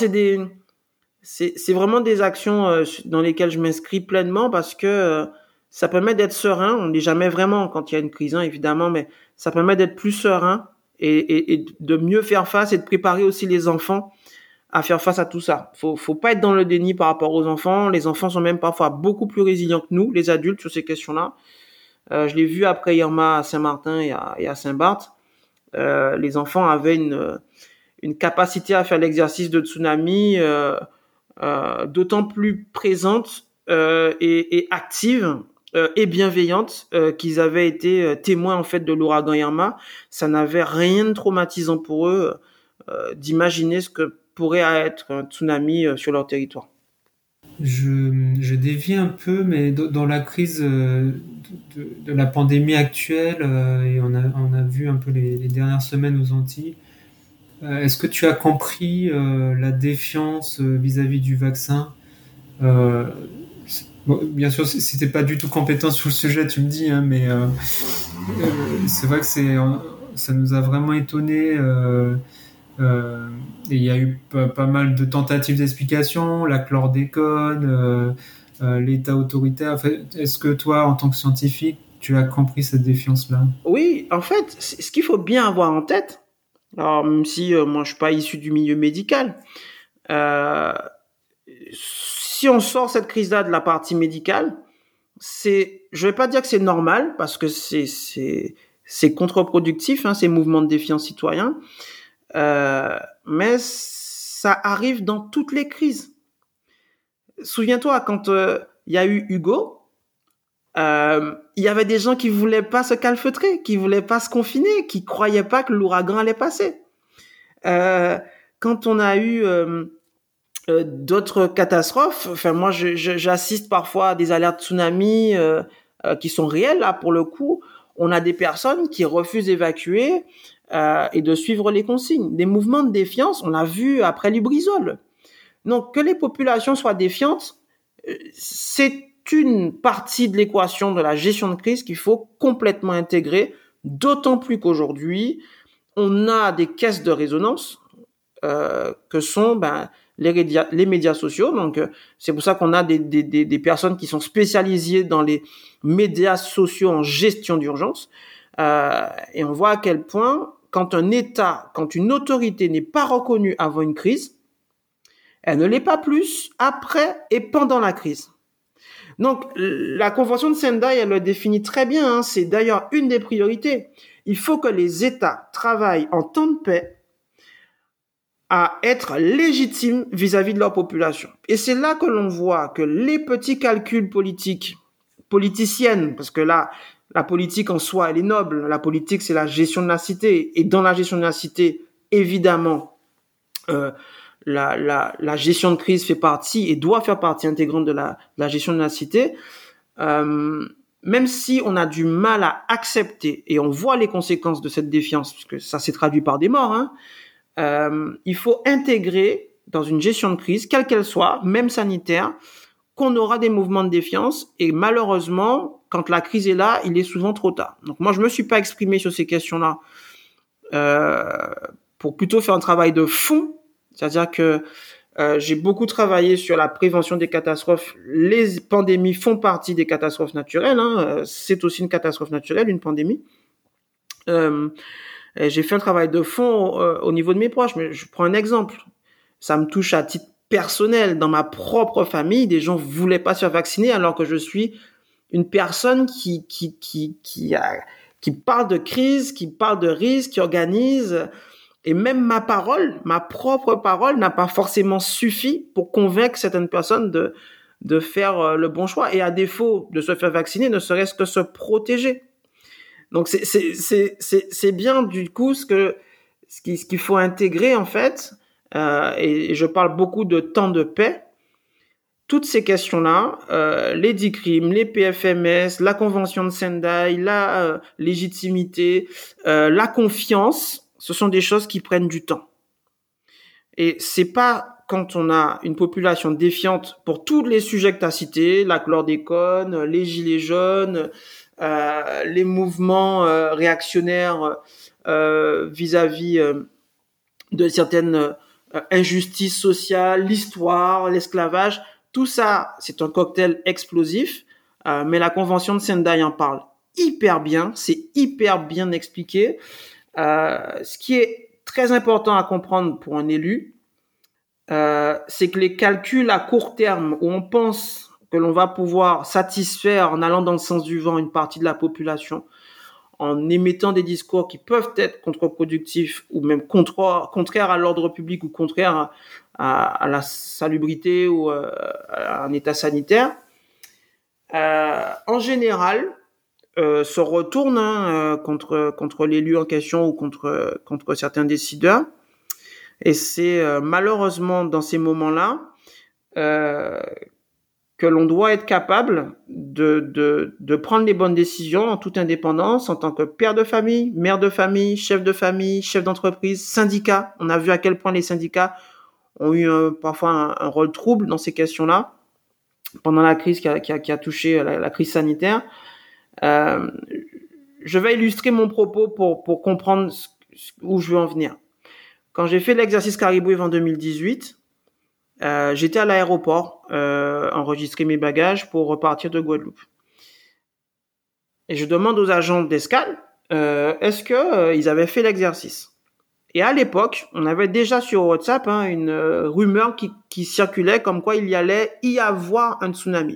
c'est vraiment des actions dans lesquelles je m'inscris pleinement parce que ça permet d'être serein. On n'est jamais vraiment quand il y a une crise, hein, évidemment, mais ça permet d'être plus serein et de mieux faire face et de préparer aussi les enfants à faire face à tout ça. Faut pas être dans le déni par rapport aux enfants. Les enfants sont même parfois beaucoup plus résilients que nous, les adultes, sur ces questions-là. Je l'ai vu après Irma à Saint-Martin et à Saint-Barth. Les enfants avaient une capacité à faire l'exercice de tsunami d'autant plus présente et active et bienveillante qu'ils avaient été témoins en fait de l'ouragan Irma. Ça n'avait rien de traumatisant pour eux d'imaginer ce que pourrait être un tsunami sur leur territoire. Je dévie un peu, mais dans la crise de la pandémie actuelle, et on a vu un peu les dernières semaines aux Antilles, est-ce que tu as compris la défiance vis-à-vis du vaccin? Bon, bien sûr, si t'es pas du tout compétent sur le sujet, tu me dis, hein, mais c'est vrai que ça nous a vraiment étonnés. Et il y a eu pas mal de tentatives d'explication, la chlordécone, l'État autoritaire. En fait, est-ce que toi, en tant que scientifique, tu as compris cette défiance-là? Oui, en fait, ce qu'il faut bien avoir en tête, alors même si moi je suis pas issu du milieu médical, si on sort cette crise-là de la partie médicale, je vais pas dire que c'est normal parce que c'est contre-productif, hein, ces mouvements de défiance citoyen, mais ça arrive dans toutes les crises. Souviens-toi quand il y a eu Hugo, il y avait des gens qui voulaient pas se calfeutrer, qui voulaient pas se confiner, qui croyaient pas que l'ouragan allait passer. Quand on a eu d'autres catastrophes, enfin moi j'assiste parfois à des alertes tsunami qui sont réelles là pour le coup. On a des personnes qui refusent d'évacuer et de suivre les consignes. Des mouvements de défiance, on l'a vu après Lubrizol. Donc que les populations soient défiantes, c'est une partie de l'équation de la gestion de crise qu'il faut complètement intégrer, d'autant plus qu'aujourd'hui, on a des caisses de résonance que sont les médias sociaux. Donc, c'est pour ça qu'on a des personnes qui sont spécialisées dans les médias sociaux en gestion d'urgence. Et on voit à quel point, quand un État, quand une autorité n'est pas reconnue avant une crise, elle ne l'est pas plus après et pendant la crise. Donc, la Convention de Sendai, elle le définit très bien, hein, c'est d'ailleurs une des priorités. Il faut que les États travaillent en temps de paix à être légitimes vis-à-vis de leur population. Et c'est là que l'on voit que les petits calculs politiciennes, parce que là, la politique en soi, elle est noble. La politique, c'est la gestion de la cité. Et dans la gestion de la cité, évidemment, la gestion de crise fait partie et doit faire partie intégrante de la gestion de la cité. Même si on a du mal à accepter et on voit les conséquences de cette défiance, puisque ça s'est traduit par des morts, hein, il faut intégrer dans une gestion de crise, quelle qu'elle soit, même sanitaire, qu'on aura des mouvements de défiance et malheureusement, quand la crise est là, il est souvent trop tard. Donc moi, je me suis pas exprimé sur ces questions-là pour plutôt faire un travail de fond, c'est-à-dire que j'ai beaucoup travaillé sur la prévention des catastrophes. Les pandémies font partie des catastrophes naturelles, hein. C'est aussi une catastrophe naturelle, une pandémie. J'ai fait un travail de fond au niveau de mes proches, mais je prends un exemple. ça me touche à titre personnel. Dans ma propre famille, des gens voulaient pas se faire vacciner alors que je suis une personne qui parle de crise, qui parle de risque, qui organise. Et même ma propre parole n'a pas forcément suffi pour convaincre certaines personnes de faire le bon choix. Et à défaut de se faire vacciner, ne serait-ce que se protéger. Donc c'est bien du coup ce qu'il faut intégrer en fait. Et je parle beaucoup de temps de paix. Toutes ces questions-là, les DICRIM, les PFMS, la Convention de Sendai, la légitimité, la confiance, ce sont des choses qui prennent du temps. Et c'est pas quand on a une population défiante pour tous les sujets que tu as cités, la chlordécone, les gilets jaunes, les mouvements réactionnaires vis-à-vis de certaines injustices sociales, l'histoire, l'esclavage. Tout ça, c'est un cocktail explosif, mais la Convention de Sendai en parle hyper bien, c'est hyper bien expliqué. Ce qui est très important à comprendre pour un élu, c'est que les calculs à court terme où on pense que l'on va pouvoir satisfaire en allant dans le sens du vent une partie de la population, en émettant des discours qui peuvent être contre-productifs ou même contraires à l'ordre public ou contraires à la salubrité ou à un état sanitaire, en général, se retournent contre l'élu en question ou contre certains décideurs. Et c'est malheureusement dans ces moments-là que l'on doit être capable de prendre les bonnes décisions en toute indépendance en tant que père de famille, mère de famille, chef d'entreprise, syndicat. On a vu à quel point les syndicats ont eu parfois un rôle trouble dans ces questions-là pendant la crise qui a touché la crise sanitaire. Je vais illustrer mon propos pour comprendre où je veux en venir. Quand j'ai fait l'exercice Caribou en 2018, j'étais à l'aéroport, enregistrer mes bagages pour repartir de Guadeloupe. Et je demande aux agents d'escale, est-ce que ils avaient fait l'exercice? Et à l'époque, on avait déjà sur WhatsApp une rumeur qui circulait comme quoi il y allait y avoir un tsunami.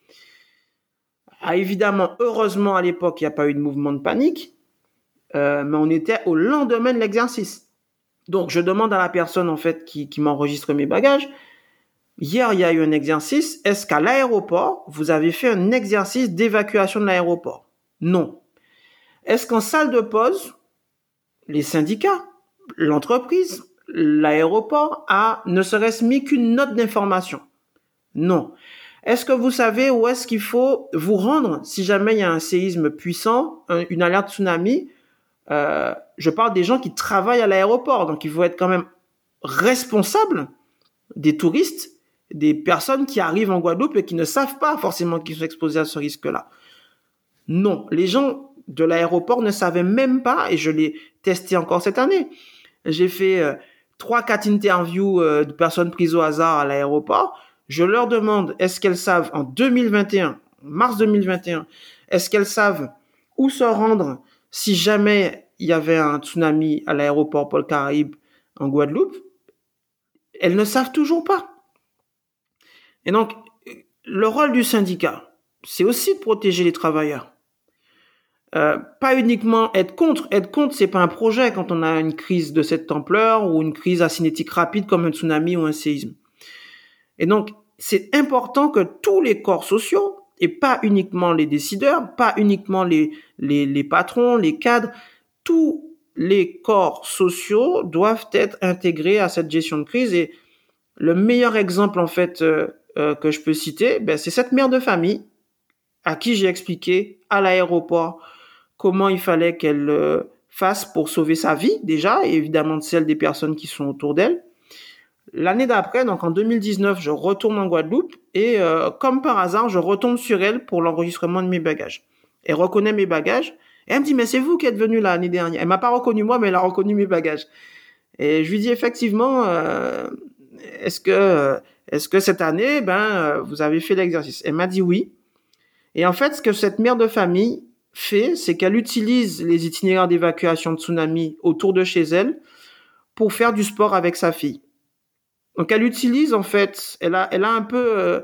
Évidemment, heureusement à l'époque, il n'y a pas eu de mouvement de panique, mais on était au lendemain de l'exercice. Donc, je demande à la personne en fait qui m'enregistre mes bagages, hier, il y a eu un exercice. Est-ce qu'à l'aéroport, vous avez fait un exercice d'évacuation de l'aéroport? Non. Est-ce qu'en salle de pause, les syndicats, l'entreprise, l'aéroport a ne serait-ce mis qu'une note d'information? Non. Est-ce que vous savez où est-ce qu'il faut vous rendre si jamais il y a un séisme puissant, une alerte tsunami? Je parle des gens qui travaillent à l'aéroport, donc il faut être quand même responsable des touristes, des personnes qui arrivent en Guadeloupe et qui ne savent pas forcément qu'ils sont exposés à ce risque-là. Non, les gens de l'aéroport ne savaient même pas, et je l'ai testé encore cette année. J'ai fait 3-4 interviews de personnes prises au hasard à l'aéroport. Je leur demande, est-ce qu'elles savent en 2021, mars 2021, est-ce qu'elles savent où se rendre si jamais il y avait un tsunami à l'aéroport Paul Caraïbe en Guadeloupe? Elles ne savent toujours pas. Et donc, le rôle du syndicat, c'est aussi de protéger les travailleurs. Pas uniquement être contre. Être contre, c'est pas un projet quand on a une crise de cette ampleur ou une crise acinétique rapide comme un tsunami ou un séisme. Et donc, c'est important que tous les corps sociaux, et pas uniquement les décideurs, pas uniquement les patrons, les cadres, tous les corps sociaux doivent être intégrés à cette gestion de crise. Et le meilleur exemple, en fait, que je peux citer, c'est cette mère de famille à qui j'ai expliqué à l'aéroport comment il fallait qu'elle fasse pour sauver sa vie, déjà, et évidemment de celle des personnes qui sont autour d'elle. L'année d'après, donc en 2019, je retourne en Guadeloupe et comme par hasard, je retombe sur elle pour l'enregistrement de mes bagages. Elle reconnaît mes bagages et elle me dit « Mais c'est vous qui êtes venu l'année dernière ». Elle m'a pas reconnu moi, mais elle a reconnu mes bagages. Et je lui dis effectivement, est-ce que cette année, vous avez fait l'exercice? Elle m'a dit oui. Et en fait, ce que cette mère de famille fait, c'est qu'elle utilise les itinéraires d'évacuation de tsunami autour de chez elle pour faire du sport avec sa fille. Donc elle utilise en fait, elle a un peu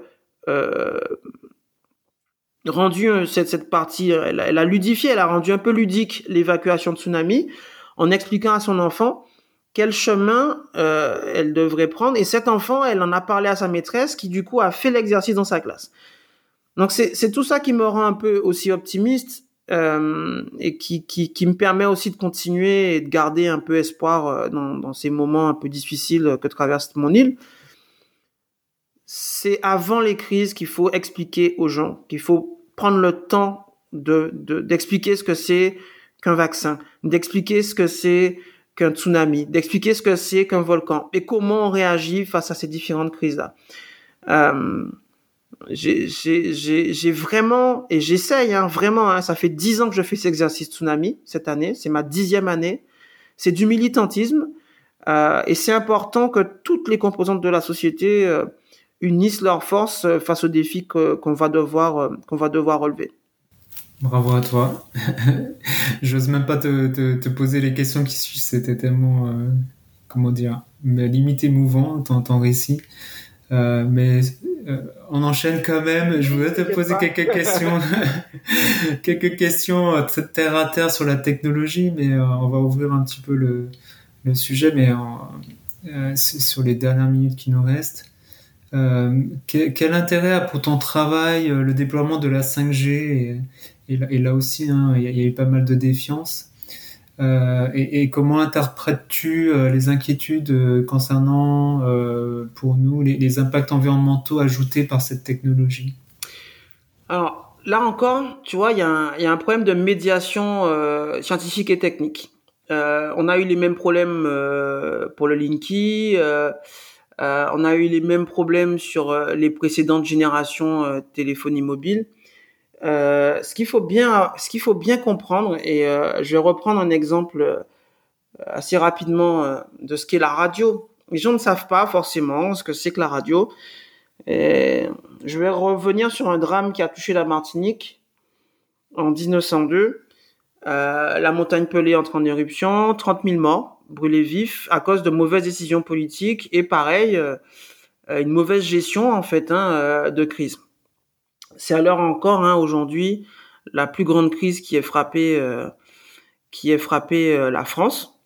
rendu cette partie, elle a ludifié, elle a rendu un peu ludique l'évacuation de tsunami en expliquant à son enfant quel chemin elle devrait prendre. Et cet enfant, elle en a parlé à sa maîtresse qui du coup a fait l'exercice dans sa classe. Donc c'est tout ça qui me rend un peu aussi optimiste et qui me permet aussi de continuer et de garder un peu espoir dans ces moments un peu difficiles que traverse mon île. C'est avant les crises qu'il faut expliquer aux gens, qu'il faut prendre le temps d'expliquer ce que c'est qu'un vaccin, d'expliquer ce que c'est qu'un tsunami, d'expliquer ce que c'est qu'un volcan et comment on réagit face à ces différentes crises-là. J'ai vraiment, et j'essaye vraiment, ça fait 10 ans que je fais cet exercice tsunami cette année, c'est ma 10e année. C'est du militantisme et c'est important que toutes les composantes de la société unissent leurs forces face aux défis qu'on va devoir relever. Bravo à toi. J'ose même pas te poser les questions qui suivent, c'était tellement, limite émouvant ton récit. Mais on enchaîne quand même. Je voudrais te poser quelques questions, quelques questions terre à terre sur la technologie, mais on va ouvrir un petit peu le sujet, mais c'est sur les dernières minutes qui nous restent. Quel intérêt a pour ton travail le déploiement de la 5G et là aussi, il y a eu pas mal de défiance. Et comment interprètes-tu les inquiétudes concernant, pour nous, les impacts environnementaux ajoutés par cette technologie? Alors, là encore, tu vois, il y a un problème de médiation scientifique et technique. On a eu les mêmes problèmes pour le Linky, on a eu les mêmes problèmes sur les précédentes générations téléphonie mobile. Ce qu'il faut bien comprendre, et je vais reprendre un exemple assez rapidement de ce qu'est la radio. Les gens ne savent pas forcément ce que c'est que la radio. Et je vais revenir sur un drame qui a touché la Martinique en 1902. La montagne Pelée entre en éruption, 30 000 morts, brûlés vifs à cause de mauvaises décisions politiques et pareil, une mauvaise gestion en fait de crise. C'est alors encore aujourd'hui la plus grande crise qui ait frappé la France.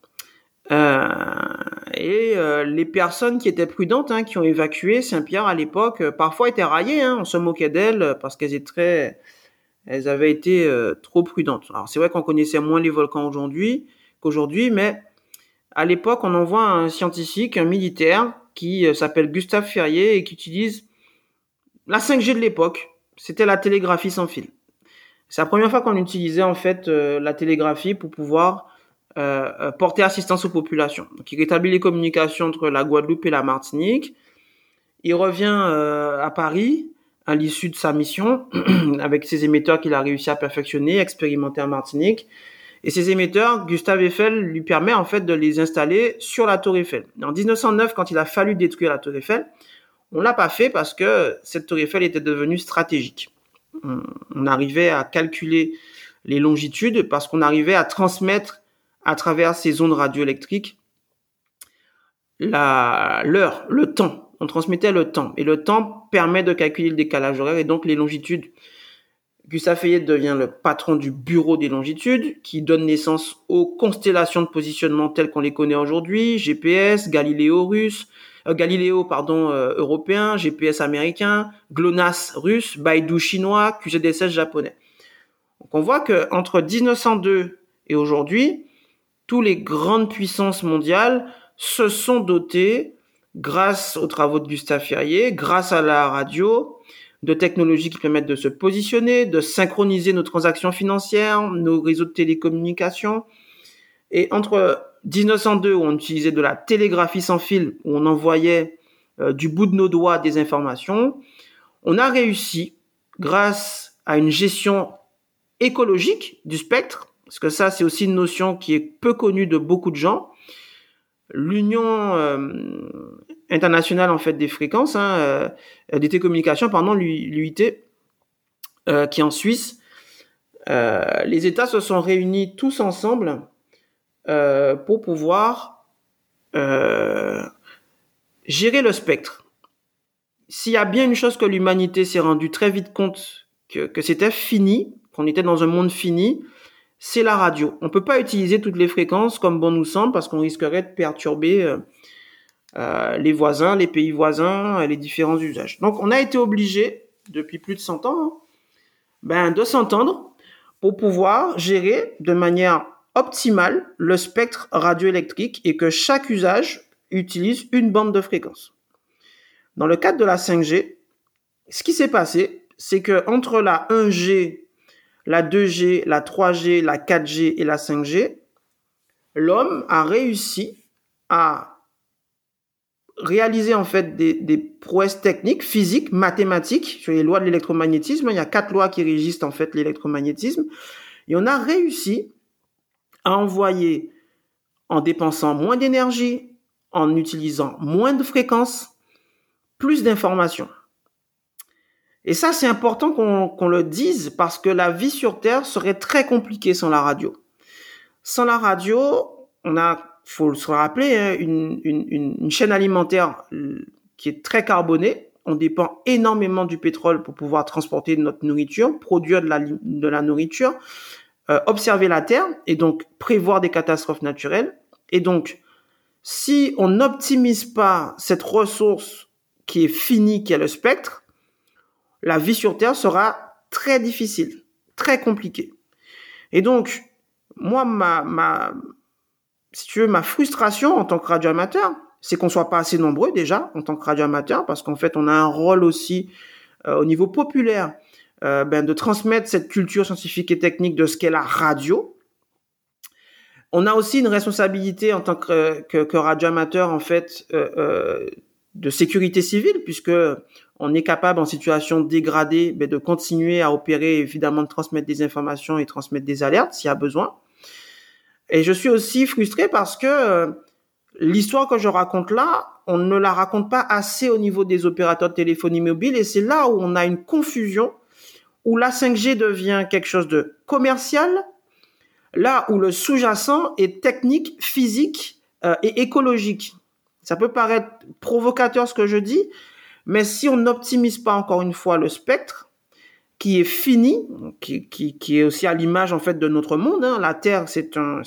Les personnes qui étaient prudentes, qui ont évacué Saint-Pierre à l'époque, parfois étaient raillées. On se moquait d'elles parce qu'elles avaient été trop prudentes. Alors c'est vrai qu'on connaissait moins les volcans qu'aujourd'hui, mais à l'époque, on envoie un scientifique, un militaire, qui s'appelle Gustave Ferrier et qui utilise la 5G de l'époque. C'était la télégraphie sans fil. C'est la première fois qu'on utilisait en fait la télégraphie pour pouvoir porter assistance aux populations. Donc, il rétablit les communications entre la Guadeloupe et la Martinique. Il revient à Paris à l'issue de sa mission avec ses émetteurs qu'il a réussi à perfectionner, expérimenter en Martinique. Et ces émetteurs, Gustave Eiffel lui permet en fait de les installer sur la Tour Eiffel. En 1909, quand il a fallu détruire la Tour Eiffel, on l'a pas fait parce que cette Tour Eiffel était devenue stratégique. On arrivait à calculer les longitudes parce qu'on arrivait à transmettre à travers ces ondes radioélectriques l'heure, le temps. On transmettait le temps. Et le temps permet de calculer le décalage horaire et donc les longitudes. Gustave Eiffel devient le patron du bureau des longitudes qui donne naissance aux constellations de positionnement telles qu'on les connaît aujourd'hui, GPS, Galileo européen, GPS américain, GLONASS russe, Baidu chinois, QGDSS japonais. Donc on voit que entre 1902 et aujourd'hui, toutes les grandes puissances mondiales se sont dotées, grâce aux travaux de Gustave Ferrier, grâce à la radio, de technologies qui permettent de se positionner, de synchroniser nos transactions financières, nos réseaux de télécommunications. Et entre 1902, où on utilisait de la télégraphie sans fil, où on envoyait du bout de nos doigts des informations, on a réussi, grâce à une gestion écologique du spectre, parce que ça, c'est aussi une notion qui est peu connue de beaucoup de gens, l'Union internationale en fait des fréquences, des télécommunications, l'UIT, qui est en Suisse, les États se sont réunis tous ensemble pour pouvoir gérer le spectre. S'il y a bien une chose que l'humanité s'est rendue très vite compte que c'était fini, qu'on était dans un monde fini, c'est la radio. On peut pas utiliser toutes les fréquences comme bon nous semble parce qu'on risquerait de perturber les voisins, les pays voisins, les différents usages. Donc, on a été obligé, depuis plus de 100 ans, de s'entendre pour pouvoir gérer de manière optimale le spectre radioélectrique et que chaque usage utilise une bande de fréquence. Dans le cadre de la 5G, ce qui s'est passé, c'est que entre la 1G, la 2G, la 3G, la 4G et la 5G, l'homme a réussi à réaliser en fait des prouesses techniques, physiques, mathématiques sur les lois de l'électromagnétisme. Il y a 4 lois qui régissent en fait l'électromagnétisme. Et on a réussi à envoyer, en dépensant moins d'énergie, en utilisant moins de fréquences, plus d'informations. Et ça, c'est important qu'on le dise parce que la vie sur Terre serait très compliquée sans la radio. Sans la radio, on a, faut se rappeler, une chaîne alimentaire qui est très carbonée. On dépend énormément du pétrole pour pouvoir transporter notre nourriture, produire de la nourriture, observer la Terre et donc prévoir des catastrophes naturelles. Et donc, si on n'optimise pas cette ressource qui est finie, qui est le spectre, la vie sur Terre sera très difficile, très compliquée. Et donc, moi, si tu veux, ma frustration en tant que radioamateur, c'est qu'on soit pas assez nombreux déjà en tant que radioamateur, parce qu'en fait, on a un rôle aussi au niveau populaire de transmettre cette culture scientifique et technique de ce qu'est la radio. On a aussi une responsabilité en tant que radioamateur, en fait, de sécurité civile, puisque on est capable, en situation dégradée, de continuer à opérer, évidemment, de transmettre des informations et transmettre des alertes s'il y a besoin. Et je suis aussi frustré parce que l'histoire que je raconte là, on ne la raconte pas assez au niveau des opérateurs de téléphonie mobile, et c'est là où on a une confusion, où la 5G devient quelque chose de commercial, là où le sous-jacent est technique, physique et écologique. Ça peut paraître provocateur ce que je dis, mais si on n'optimise pas encore une fois le spectre, qui est fini, qui est aussi à l'image en fait de notre monde, la Terre c'est un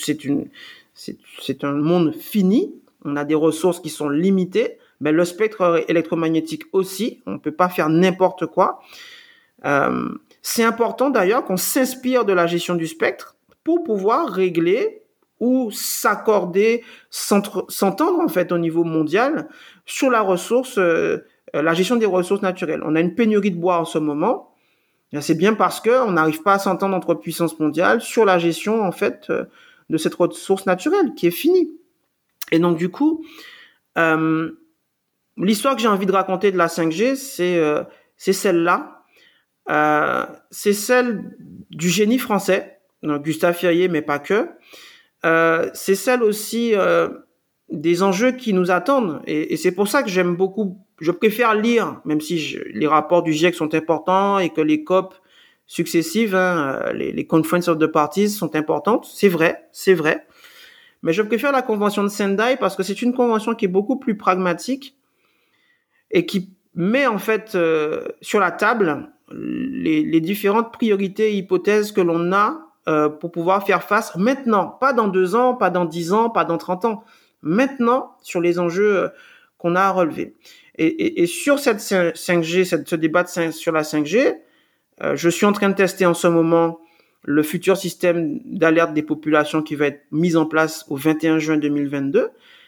monde fini, on a des ressources qui sont limitées, mais le spectre électromagnétique aussi, on ne peut pas faire n'importe quoi. C'est important d'ailleurs qu'on s'inspire de la gestion du spectre pour pouvoir régler ou s'accorder, s'entendre en fait au niveau mondial sur la ressource, la gestion des ressources naturelles. On a une pénurie de bois en ce moment. C'est bien parce que on n'arrive pas à s'entendre entre puissances mondiales sur la gestion en fait de cette ressource naturelle qui est finie. Et donc du coup, l'histoire que j'ai envie de raconter de la 5G, c'est celle-là. C'est celle du génie français, donc Gustave Ferrier, mais pas que. C'est celle aussi des enjeux qui nous attendent, et c'est pour ça que j'aime beaucoup. Je préfère lire, même si les rapports du GIEC sont importants et que les COP successives, les Conference of the Parties sont importantes. C'est vrai. Mais je préfère la convention de Sendai parce que c'est une convention qui est beaucoup plus pragmatique et qui met en fait sur la table les différentes priorités et hypothèses que l'on a pour pouvoir faire face maintenant, pas dans 2 ans, pas dans 10 ans, pas dans 30 ans, maintenant sur les enjeux qu'on a à relever. Et sur cette 5G, ce débat sur la 5G, je suis en train de tester en ce moment le futur système d'alerte des populations qui va être mis en place au 21 juin 2022.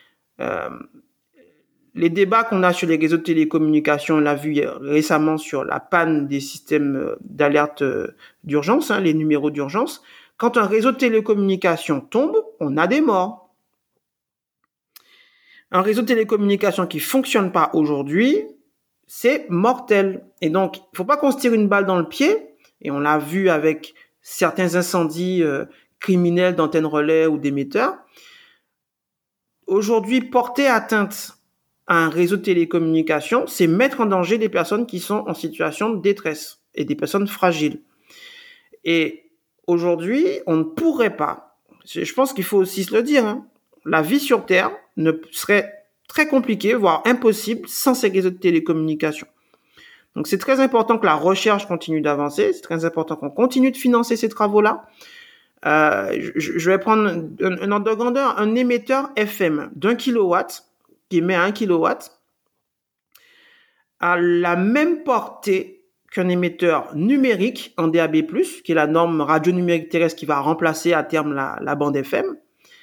Les débats qu'on a sur les réseaux de télécommunications, on l'a vu récemment sur la panne des systèmes d'alerte d'urgence, les numéros d'urgence. Quand un réseau de télécommunications tombe, on a des morts. Un réseau de télécommunications qui fonctionne pas aujourd'hui, c'est mortel. Et donc, il faut pas qu'on se tire une balle dans le pied. Et on l'a vu avec certains incendies criminels d'antennes relais ou d'émetteurs. Aujourd'hui, porter atteinte à un réseau de télécommunications, c'est mettre en danger des personnes qui sont en situation de détresse et des personnes fragiles. Et aujourd'hui, on ne pourrait pas, je pense qu'il faut aussi se le dire, la vie sur Terre ne serait très compliqué, voire impossible, sans ces réseaux de télécommunications. Donc, c'est très important que la recherche continue d'avancer. C'est très important qu'on continue de financer ces travaux-là. Je vais prendre un ordre de grandeur. Un émetteur FM d'1 kilowatt, qui émet 1 kilowatt, a la même portée qu'un émetteur numérique en DAB+, qui est la norme radio numérique terrestre qui va remplacer à terme la bande FM,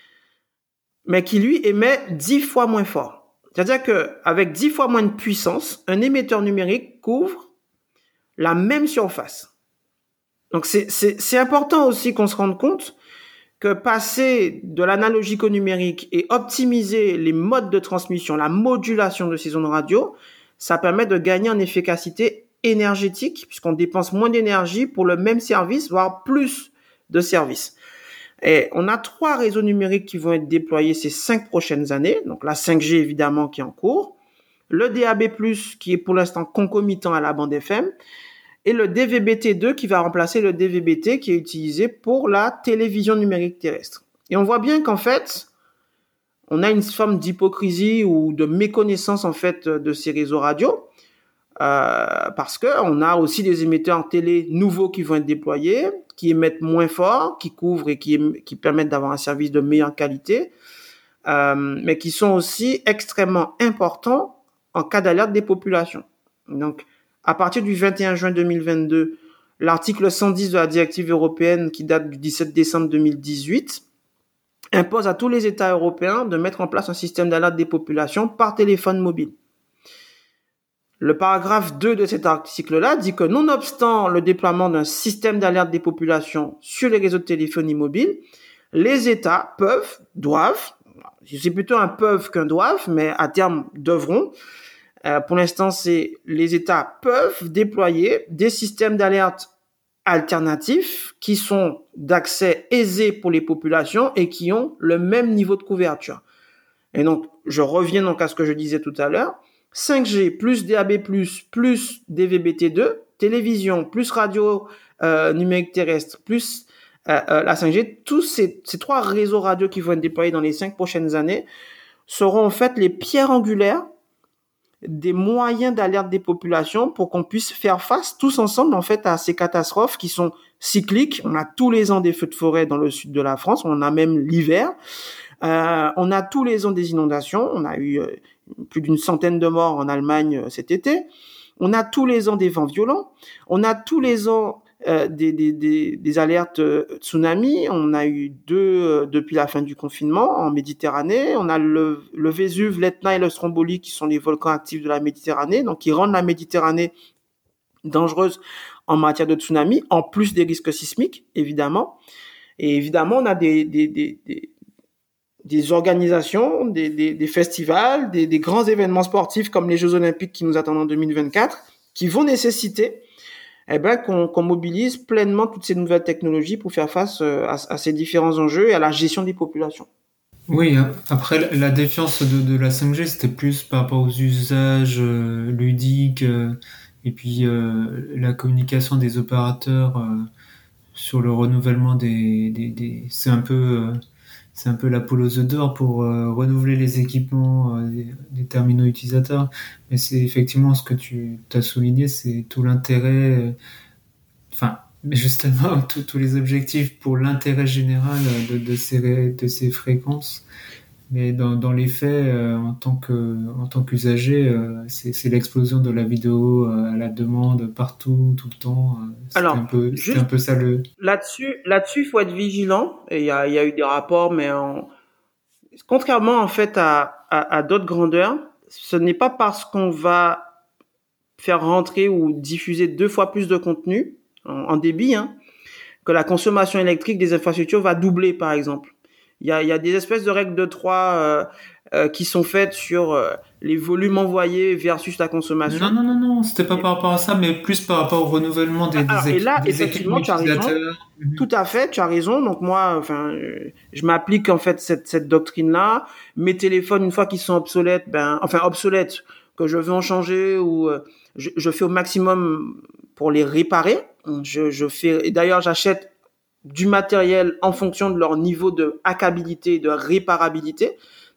mais qui, lui, émet 10 fois moins fort. C'est-à-dire qu'avec 10 fois moins de puissance, un émetteur numérique couvre la même surface. Donc, c'est important aussi qu'on se rende compte que passer de l'analogique au numérique et optimiser les modes de transmission, la modulation de ces ondes radio, ça permet de gagner en efficacité énergétique puisqu'on dépense moins d'énergie pour le même service, voire plus de services. Et on a 3 réseaux numériques qui vont être déployés ces 5 prochaines années. Donc la 5G évidemment qui est en cours, le DAB+, qui est pour l'instant concomitant à la bande FM, et le DVB-T2 qui va remplacer le DVB-T qui est utilisé pour la télévision numérique terrestre. Et on voit bien qu'en fait, on a une forme d'hypocrisie ou de méconnaissance en fait de ces réseaux radio, parce que on a aussi des émetteurs télé nouveaux qui vont être déployés, qui émettent moins fort, qui couvrent et qui permettent d'avoir un service de meilleure qualité, mais qui sont aussi extrêmement importants en cas d'alerte des populations. Donc, à partir du 21 juin 2022, l'article 110 de la directive européenne qui date du 17 décembre 2018 impose à tous les États européens de mettre en place un système d'alerte des populations par téléphone mobile. Le paragraphe 2 de cet article-là dit que nonobstant le déploiement d'un système d'alerte des populations sur les réseaux de téléphonie mobile, les États doivent, c'est plutôt un peuvent qu'un doivent, mais à terme devront. Pour l'instant, c'est les États peuvent déployer des systèmes d'alerte alternatifs qui sont d'accès aisé pour les populations et qui ont le même niveau de couverture. Et donc, je reviens donc à ce que je disais tout à l'heure. 5G plus DAB+, plus DVB-T2, télévision plus radio numérique terrestre plus la 5G, tous ces 3 réseaux radio qui vont être déployés dans les 5 prochaines années seront en fait les pierres angulaires des moyens d'alerte des populations pour qu'on puisse faire face tous ensemble en fait à ces catastrophes qui sont cycliques. On a tous les ans des feux de forêt dans le sud de la France, on en a même l'hiver. On a tous les ans des inondations, on a eu plus d'une centaine de morts en Allemagne cet été. On a tous les ans des vents violents. On a tous les ans des alertes tsunami. On a eu 2 depuis la fin du confinement en Méditerranée. On a le Vésuve, l'Etna et le Stromboli qui sont les volcans actifs de la Méditerranée, donc qui rendent la Méditerranée dangereuse en matière de tsunami, en plus des risques sismiques, évidemment. Et évidemment, on a des organisations, des festivals, des grands événements sportifs comme les Jeux Olympiques qui nous attendent en 2024, qui vont nécessiter qu'on mobilise pleinement toutes ces nouvelles technologies pour faire face à ces différents enjeux et à la gestion des populations. Oui, après la défiance de la 5G, c'était plus par rapport aux usages ludiques et puis la communication des opérateurs sur le renouvellement c'est un peu la poule aux œufs d'or pour renouveler les équipements des terminaux utilisateurs. Mais c'est effectivement ce que tu as souligné, c'est tout l'intérêt, justement tous les objectifs pour l'intérêt général de ces fréquences. Mais dans les faits, en tant qu'usager, c'est l'explosion de la vidéo à la demande partout, tout le temps. C'était un peu ça le... Là-dessus, il faut être vigilant. Et il y a eu des rapports, mais contrairement en fait à d'autres grandeurs, ce n'est pas parce qu'on va faire rentrer ou diffuser 2 fois plus de contenu en débit, que la consommation électrique des infrastructures va doubler, par exemple. Il y a des espèces de règles de 3 qui sont faites sur les volumes envoyés versus la consommation. Non, c'était pas par rapport à ça, mais plus par rapport au renouvellement des et là, effectivement, tu as raison. Tout à fait, tu as raison. Donc moi, je m'applique en fait cette doctrine-là. Mes téléphones, une fois qu'ils sont obsolètes, obsolètes, que je veux en changer ou je fais au maximum pour les réparer. Et d'ailleurs, j'achète du matériel en fonction de leur niveau de hackabilité, de réparabilité.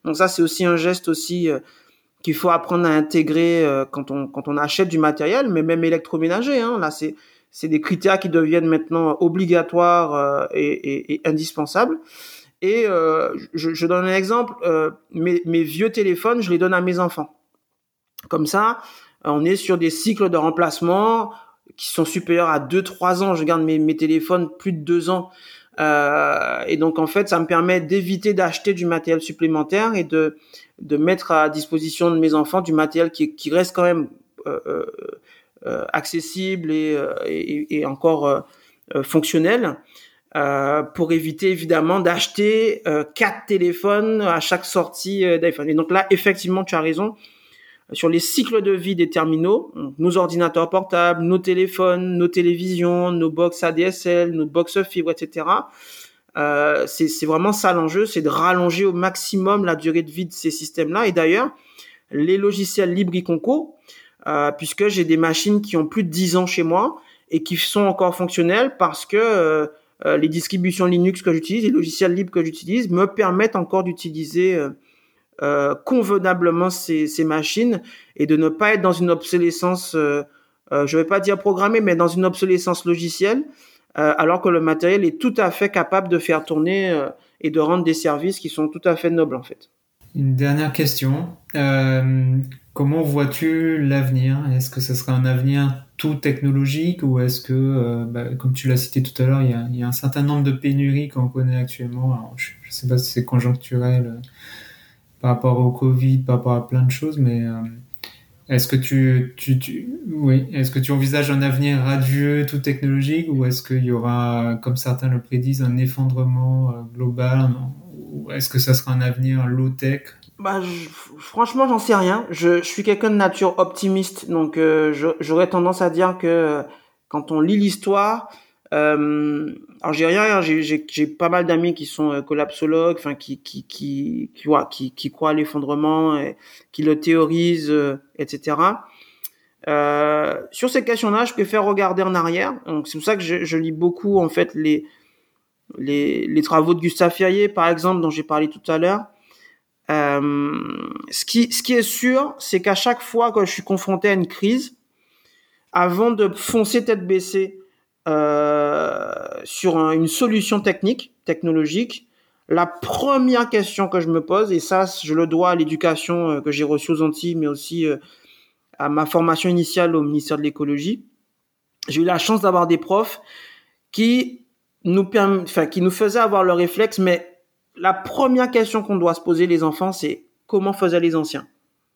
Donc ça, c'est aussi un geste aussi qu'il faut apprendre à intégrer quand on achète du matériel, mais même électroménager. Hein, là, c'est des critères qui deviennent maintenant obligatoires et indispensables. Et je donne un exemple. Mes vieux téléphones, je les donne à mes enfants. Comme ça, on est sur des cycles de remplacement qui sont supérieurs à 2-3 ans. Je garde mes téléphones plus de 2 ans. Et donc, en fait, ça me permet d'éviter d'acheter du matériel supplémentaire et de mettre à disposition de mes enfants du matériel qui reste quand même accessible et encore fonctionnel. Pour éviter évidemment d'acheter 4 téléphones à chaque sortie d'iPhone. Et donc là, effectivement, tu as raison. Sur les cycles de vie des terminaux, nos ordinateurs portables, nos téléphones, nos télévisions, nos box ADSL, nos box fibre, etc. C'est vraiment ça l'enjeu, c'est de rallonger au maximum la durée de vie de ces systèmes-là. Et d'ailleurs, les logiciels LibreIconco, puisque j'ai des machines qui ont plus de 10 ans chez moi et qui sont encore fonctionnelles parce que les distributions Linux que j'utilise, les logiciels libres que j'utilise me permettent encore d'utiliser convenablement ces machines et de ne pas être dans une obsolescence, je vais pas dire programmée, mais dans une obsolescence logicielle, alors que le matériel est tout à fait capable de faire tourner et de rendre des services qui sont tout à fait nobles en fait. Une dernière question. Comment vois-tu l'avenir? Est-ce que ce sera un avenir tout technologique ou est-ce que, comme tu l'as cité tout à l'heure, il y a un certain nombre de pénuries qu'on connaît actuellement. Alors, je ne sais pas si c'est conjoncturel par rapport au Covid, par rapport à plein de choses, mais est-ce que est-ce que tu envisages un avenir radieux tout technologique ou est-ce qu'il y aura, comme certains le prédisent, un effondrement global ou est-ce que ça sera un avenir low-tech? Franchement, j'en sais rien. Je suis quelqu'un de nature optimiste, donc j'aurais tendance à dire que quand on lit l'histoire, alors j'ai rien, j'ai pas mal d'amis qui sont collapsologues, enfin qui croient à l'effondrement, et qui le théorisent, etc. Sur ces questions-là, je préfère regarder en arrière. Donc c'est pour ça que je lis beaucoup en fait les travaux de Gustave Ferrier, par exemple, dont j'ai parlé tout à l'heure. Ce qui est sûr, c'est qu'à chaque fois que je suis confronté à une crise, avant de foncer tête baissée sur une solution technologique, la première question que je me pose, et ça je le dois à l'éducation que j'ai reçue aux Antilles, mais aussi à ma formation initiale au ministère de l'écologie, j'ai eu la chance d'avoir des profs qui nous faisaient avoir le réflexe, mais la première question qu'on doit se poser les enfants, c'est comment faisaient les anciens?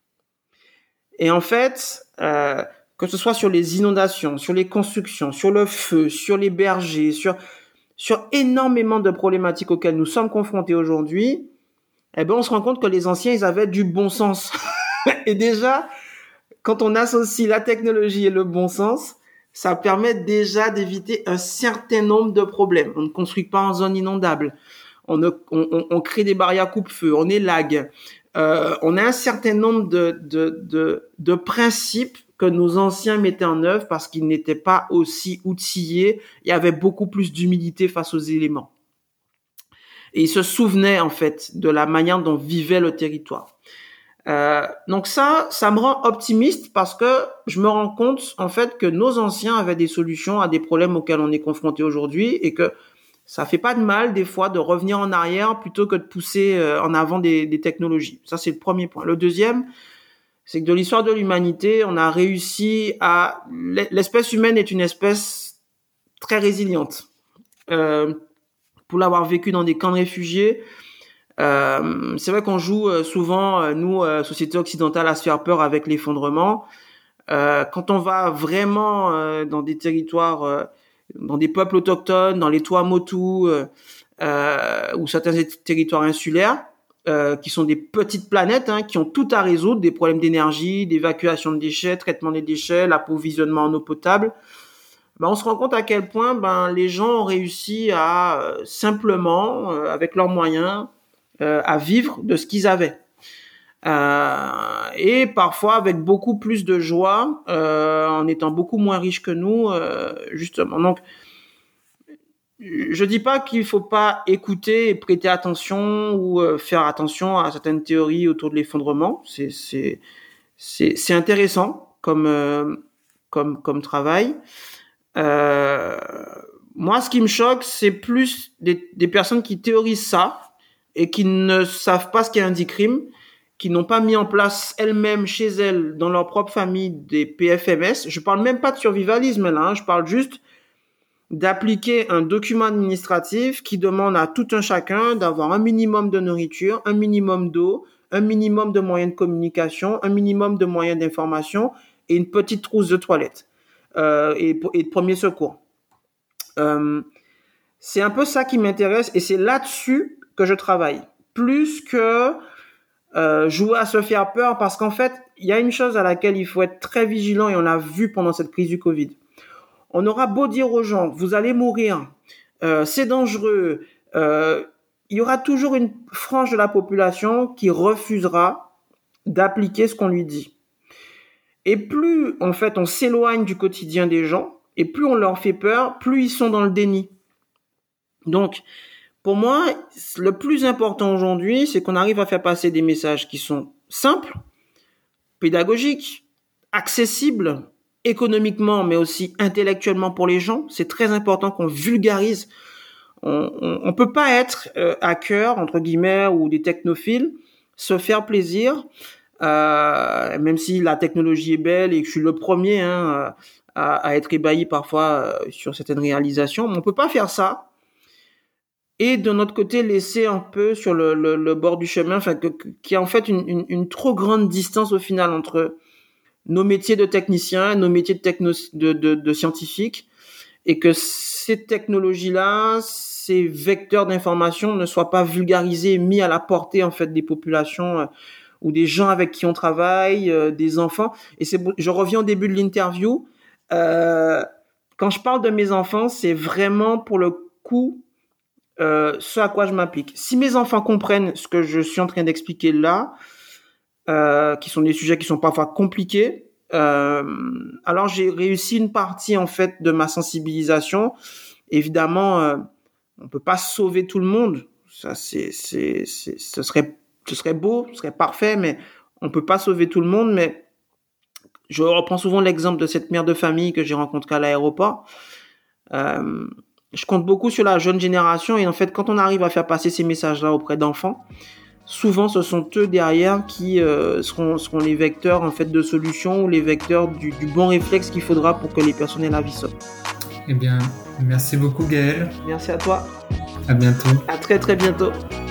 Et en fait, que ce soit sur les inondations, sur les constructions, sur le feu, sur les bergers, sur énormément de problématiques auxquelles nous sommes confrontés aujourd'hui, on se rend compte que les anciens, ils avaient du bon sens. Et déjà, quand on associe la technologie et le bon sens, ça permet déjà d'éviter un certain nombre de problèmes. On ne construit pas en zone inondable. On crée des barrières coupe-feu, on élague. On a un certain nombre de principes que nos anciens mettaient en œuvre parce qu'ils n'étaient pas aussi outillés. Il y avait beaucoup plus d'humilité face aux éléments. Et ils se souvenaient, en fait, de la manière dont vivait le territoire. Donc ça me rend optimiste parce que je me rends compte, en fait, que nos anciens avaient des solutions à des problèmes auxquels on est confronté aujourd'hui et que ça fait pas de mal, des fois, de revenir en arrière plutôt que de pousser en avant des technologies. Ça, c'est le premier point. Le deuxième, c'est que de l'histoire de l'humanité, on a réussi l'espèce humaine est une espèce très résiliente. Pour l'avoir vécu dans des camps de réfugiés, c'est vrai qu'on joue souvent, nous, société occidentale, à se faire peur avec l'effondrement. Quand on va vraiment dans des territoires, dans des peuples autochtones, dans les Tuamotu, ou certains territoires insulaires, qui sont des petites planètes, qui ont tout à résoudre, des problèmes d'énergie, d'évacuation de déchets, traitement des déchets, l'approvisionnement en eau potable. On se rend compte à quel point les gens ont réussi à simplement, avec leurs moyens, à vivre de ce qu'ils avaient. Et parfois avec beaucoup plus de joie, en étant beaucoup moins riches que nous, justement. Donc, je dis pas qu'il faut pas écouter et prêter attention ou faire attention à certaines théories autour de l'effondrement. C'est intéressant comme travail. Moi, ce qui me choque, c'est plus des personnes qui théorisent ça et qui ne savent pas ce qu'est un dit crime, qui n'ont pas mis en place elles-mêmes chez elles, dans leur propre famille, des PFMS. Je parle même pas de survivalisme là, je parle juste d'appliquer un document administratif qui demande à tout un chacun d'avoir un minimum de nourriture, un minimum d'eau, un minimum de moyens de communication, un minimum de moyens d'information et une petite trousse de toilette et de premier secours. C'est un peu ça qui m'intéresse et c'est là-dessus que je travaille. Plus que jouer à se faire peur, parce qu'en fait, il y a une chose à laquelle il faut être très vigilant et on l'a vu pendant cette crise du Covid. On aura beau dire aux gens, vous allez mourir, c'est dangereux, il y aura toujours une frange de la population qui refusera d'appliquer ce qu'on lui dit. Et plus, en fait, on s'éloigne du quotidien des gens, et plus on leur fait peur, plus ils sont dans le déni. Donc, pour moi, le plus important aujourd'hui, c'est qu'on arrive à faire passer des messages qui sont simples, pédagogiques, accessibles, économiquement, mais aussi intellectuellement pour les gens. C'est très important qu'on vulgarise. On peut pas être hacker, entre guillemets, ou des technophiles, se faire plaisir, même si la technologie est belle et que je suis le premier à être ébahi parfois sur certaines réalisations. Mais on peut pas faire ça. Et de notre côté, laisser un peu sur le bord du chemin, enfin, qu'il y a en fait une trop grande distance au final entre nos métiers de techniciens, nos métiers de scientifiques, et que ces technologies-là, ces vecteurs d'information ne soient pas vulgarisés, mis à la portée en fait des populations ou des gens avec qui on travaille, des enfants. Et je reviens au début de l'interview. Quand je parle de mes enfants, c'est vraiment pour le coup ce à quoi je m'applique. Si mes enfants comprennent ce que je suis en train d'expliquer là, qui sont des sujets qui sont parfois compliqués, alors j'ai réussi une partie en fait de ma sensibilisation. Évidemment, on peut pas sauver tout le monde. Ça, ce serait beau, ce serait parfait, mais on peut pas sauver tout le monde. Mais je reprends souvent l'exemple de cette mère de famille que j'ai rencontrée à l'aéroport. Je compte beaucoup sur la jeune génération et en fait, quand on arrive à faire passer ces messages-là auprès d'enfants, souvent ce sont eux derrière qui seront les vecteurs en fait de solutions ou les vecteurs du bon réflexe qu'il faudra pour que les personnes aient la vie sauve. Eh bien, merci beaucoup Gaël. Merci à toi. À bientôt. À très très bientôt.